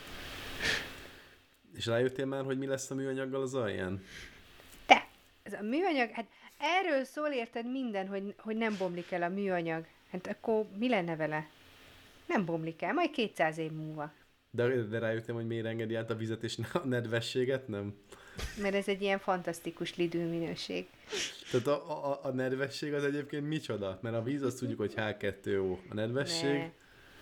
És rájöttél már, hogy mi lesz a műanyaggal az alján? Te! Ez a műanyag, hát erről szól érted minden, hogy nem bomlik el a műanyag. Hát akkor mi lenne vele? Nem bomlik el, majd 200 év múlva. De rájöttem, hogy miért engedi át a vizet és a nedvességet, nem? Mert ez egy ilyen fantasztikus lidő minőség. Tehát a nedvesség az egyébként micsoda? Mert a víz azt tudjuk, hogy H2O. A nedvesség... Ne.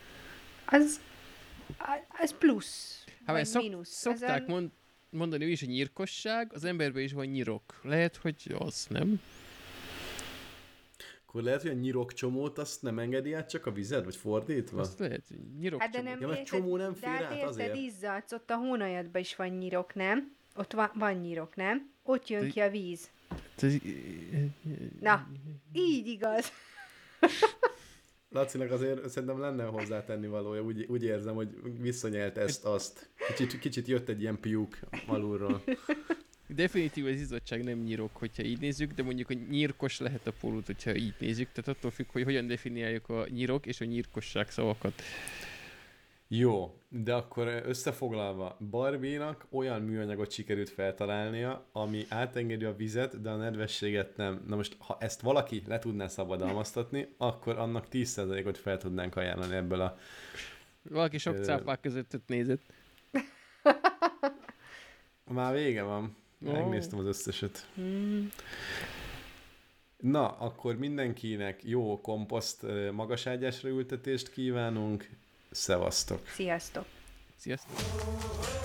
Az plusz, vagy mínusz. Szokták mondani is, hogy nyírkosság, az emberben is van nyirok. Lehet, hogy az, nem? Akkor lehet, hogy a nyirokcsomót azt nem engedi át csak a vized, vagy fordítva? Azt lehet, nyirokcsomó. Hát de nem ja, mert csomó nem fér át azért. De izzadsz, ott a hónajadban is van nyirok, nem? Ott van nyirok, nem? Ott jön ki a víz. Na, így igaz. Lacinak azért szerintem lenne hozzátenni valója, úgy érzem, hogy visszanyelt ezt-azt. Kicsit jött egy ilyen piuk alulról. Definitív az izzadság nem nyírok, hogyha így nézzük, de mondjuk a nyírkos lehet a pólót, hogyha így nézzük. Tehát attól függ, hogy hogyan definiáljuk a nyírok és a nyírkosság szavakat. Jó, de akkor összefoglalva, Barbie-nak olyan műanyagot sikerült feltalálnia, ami átengedi a vizet, de a nedvességet nem. Na most, ha ezt valaki le tudná szabadalmaztatni, akkor annak 10%-ot fel tudnánk ajánlani ebből a... Valaki sok cápák között nézett. Már vége van. Megnéztem az összeset. Na, akkor mindenkinek jó komposzt magaságyásra ültetést kívánunk. Szevasztok! Sziasztok! Sziasztok!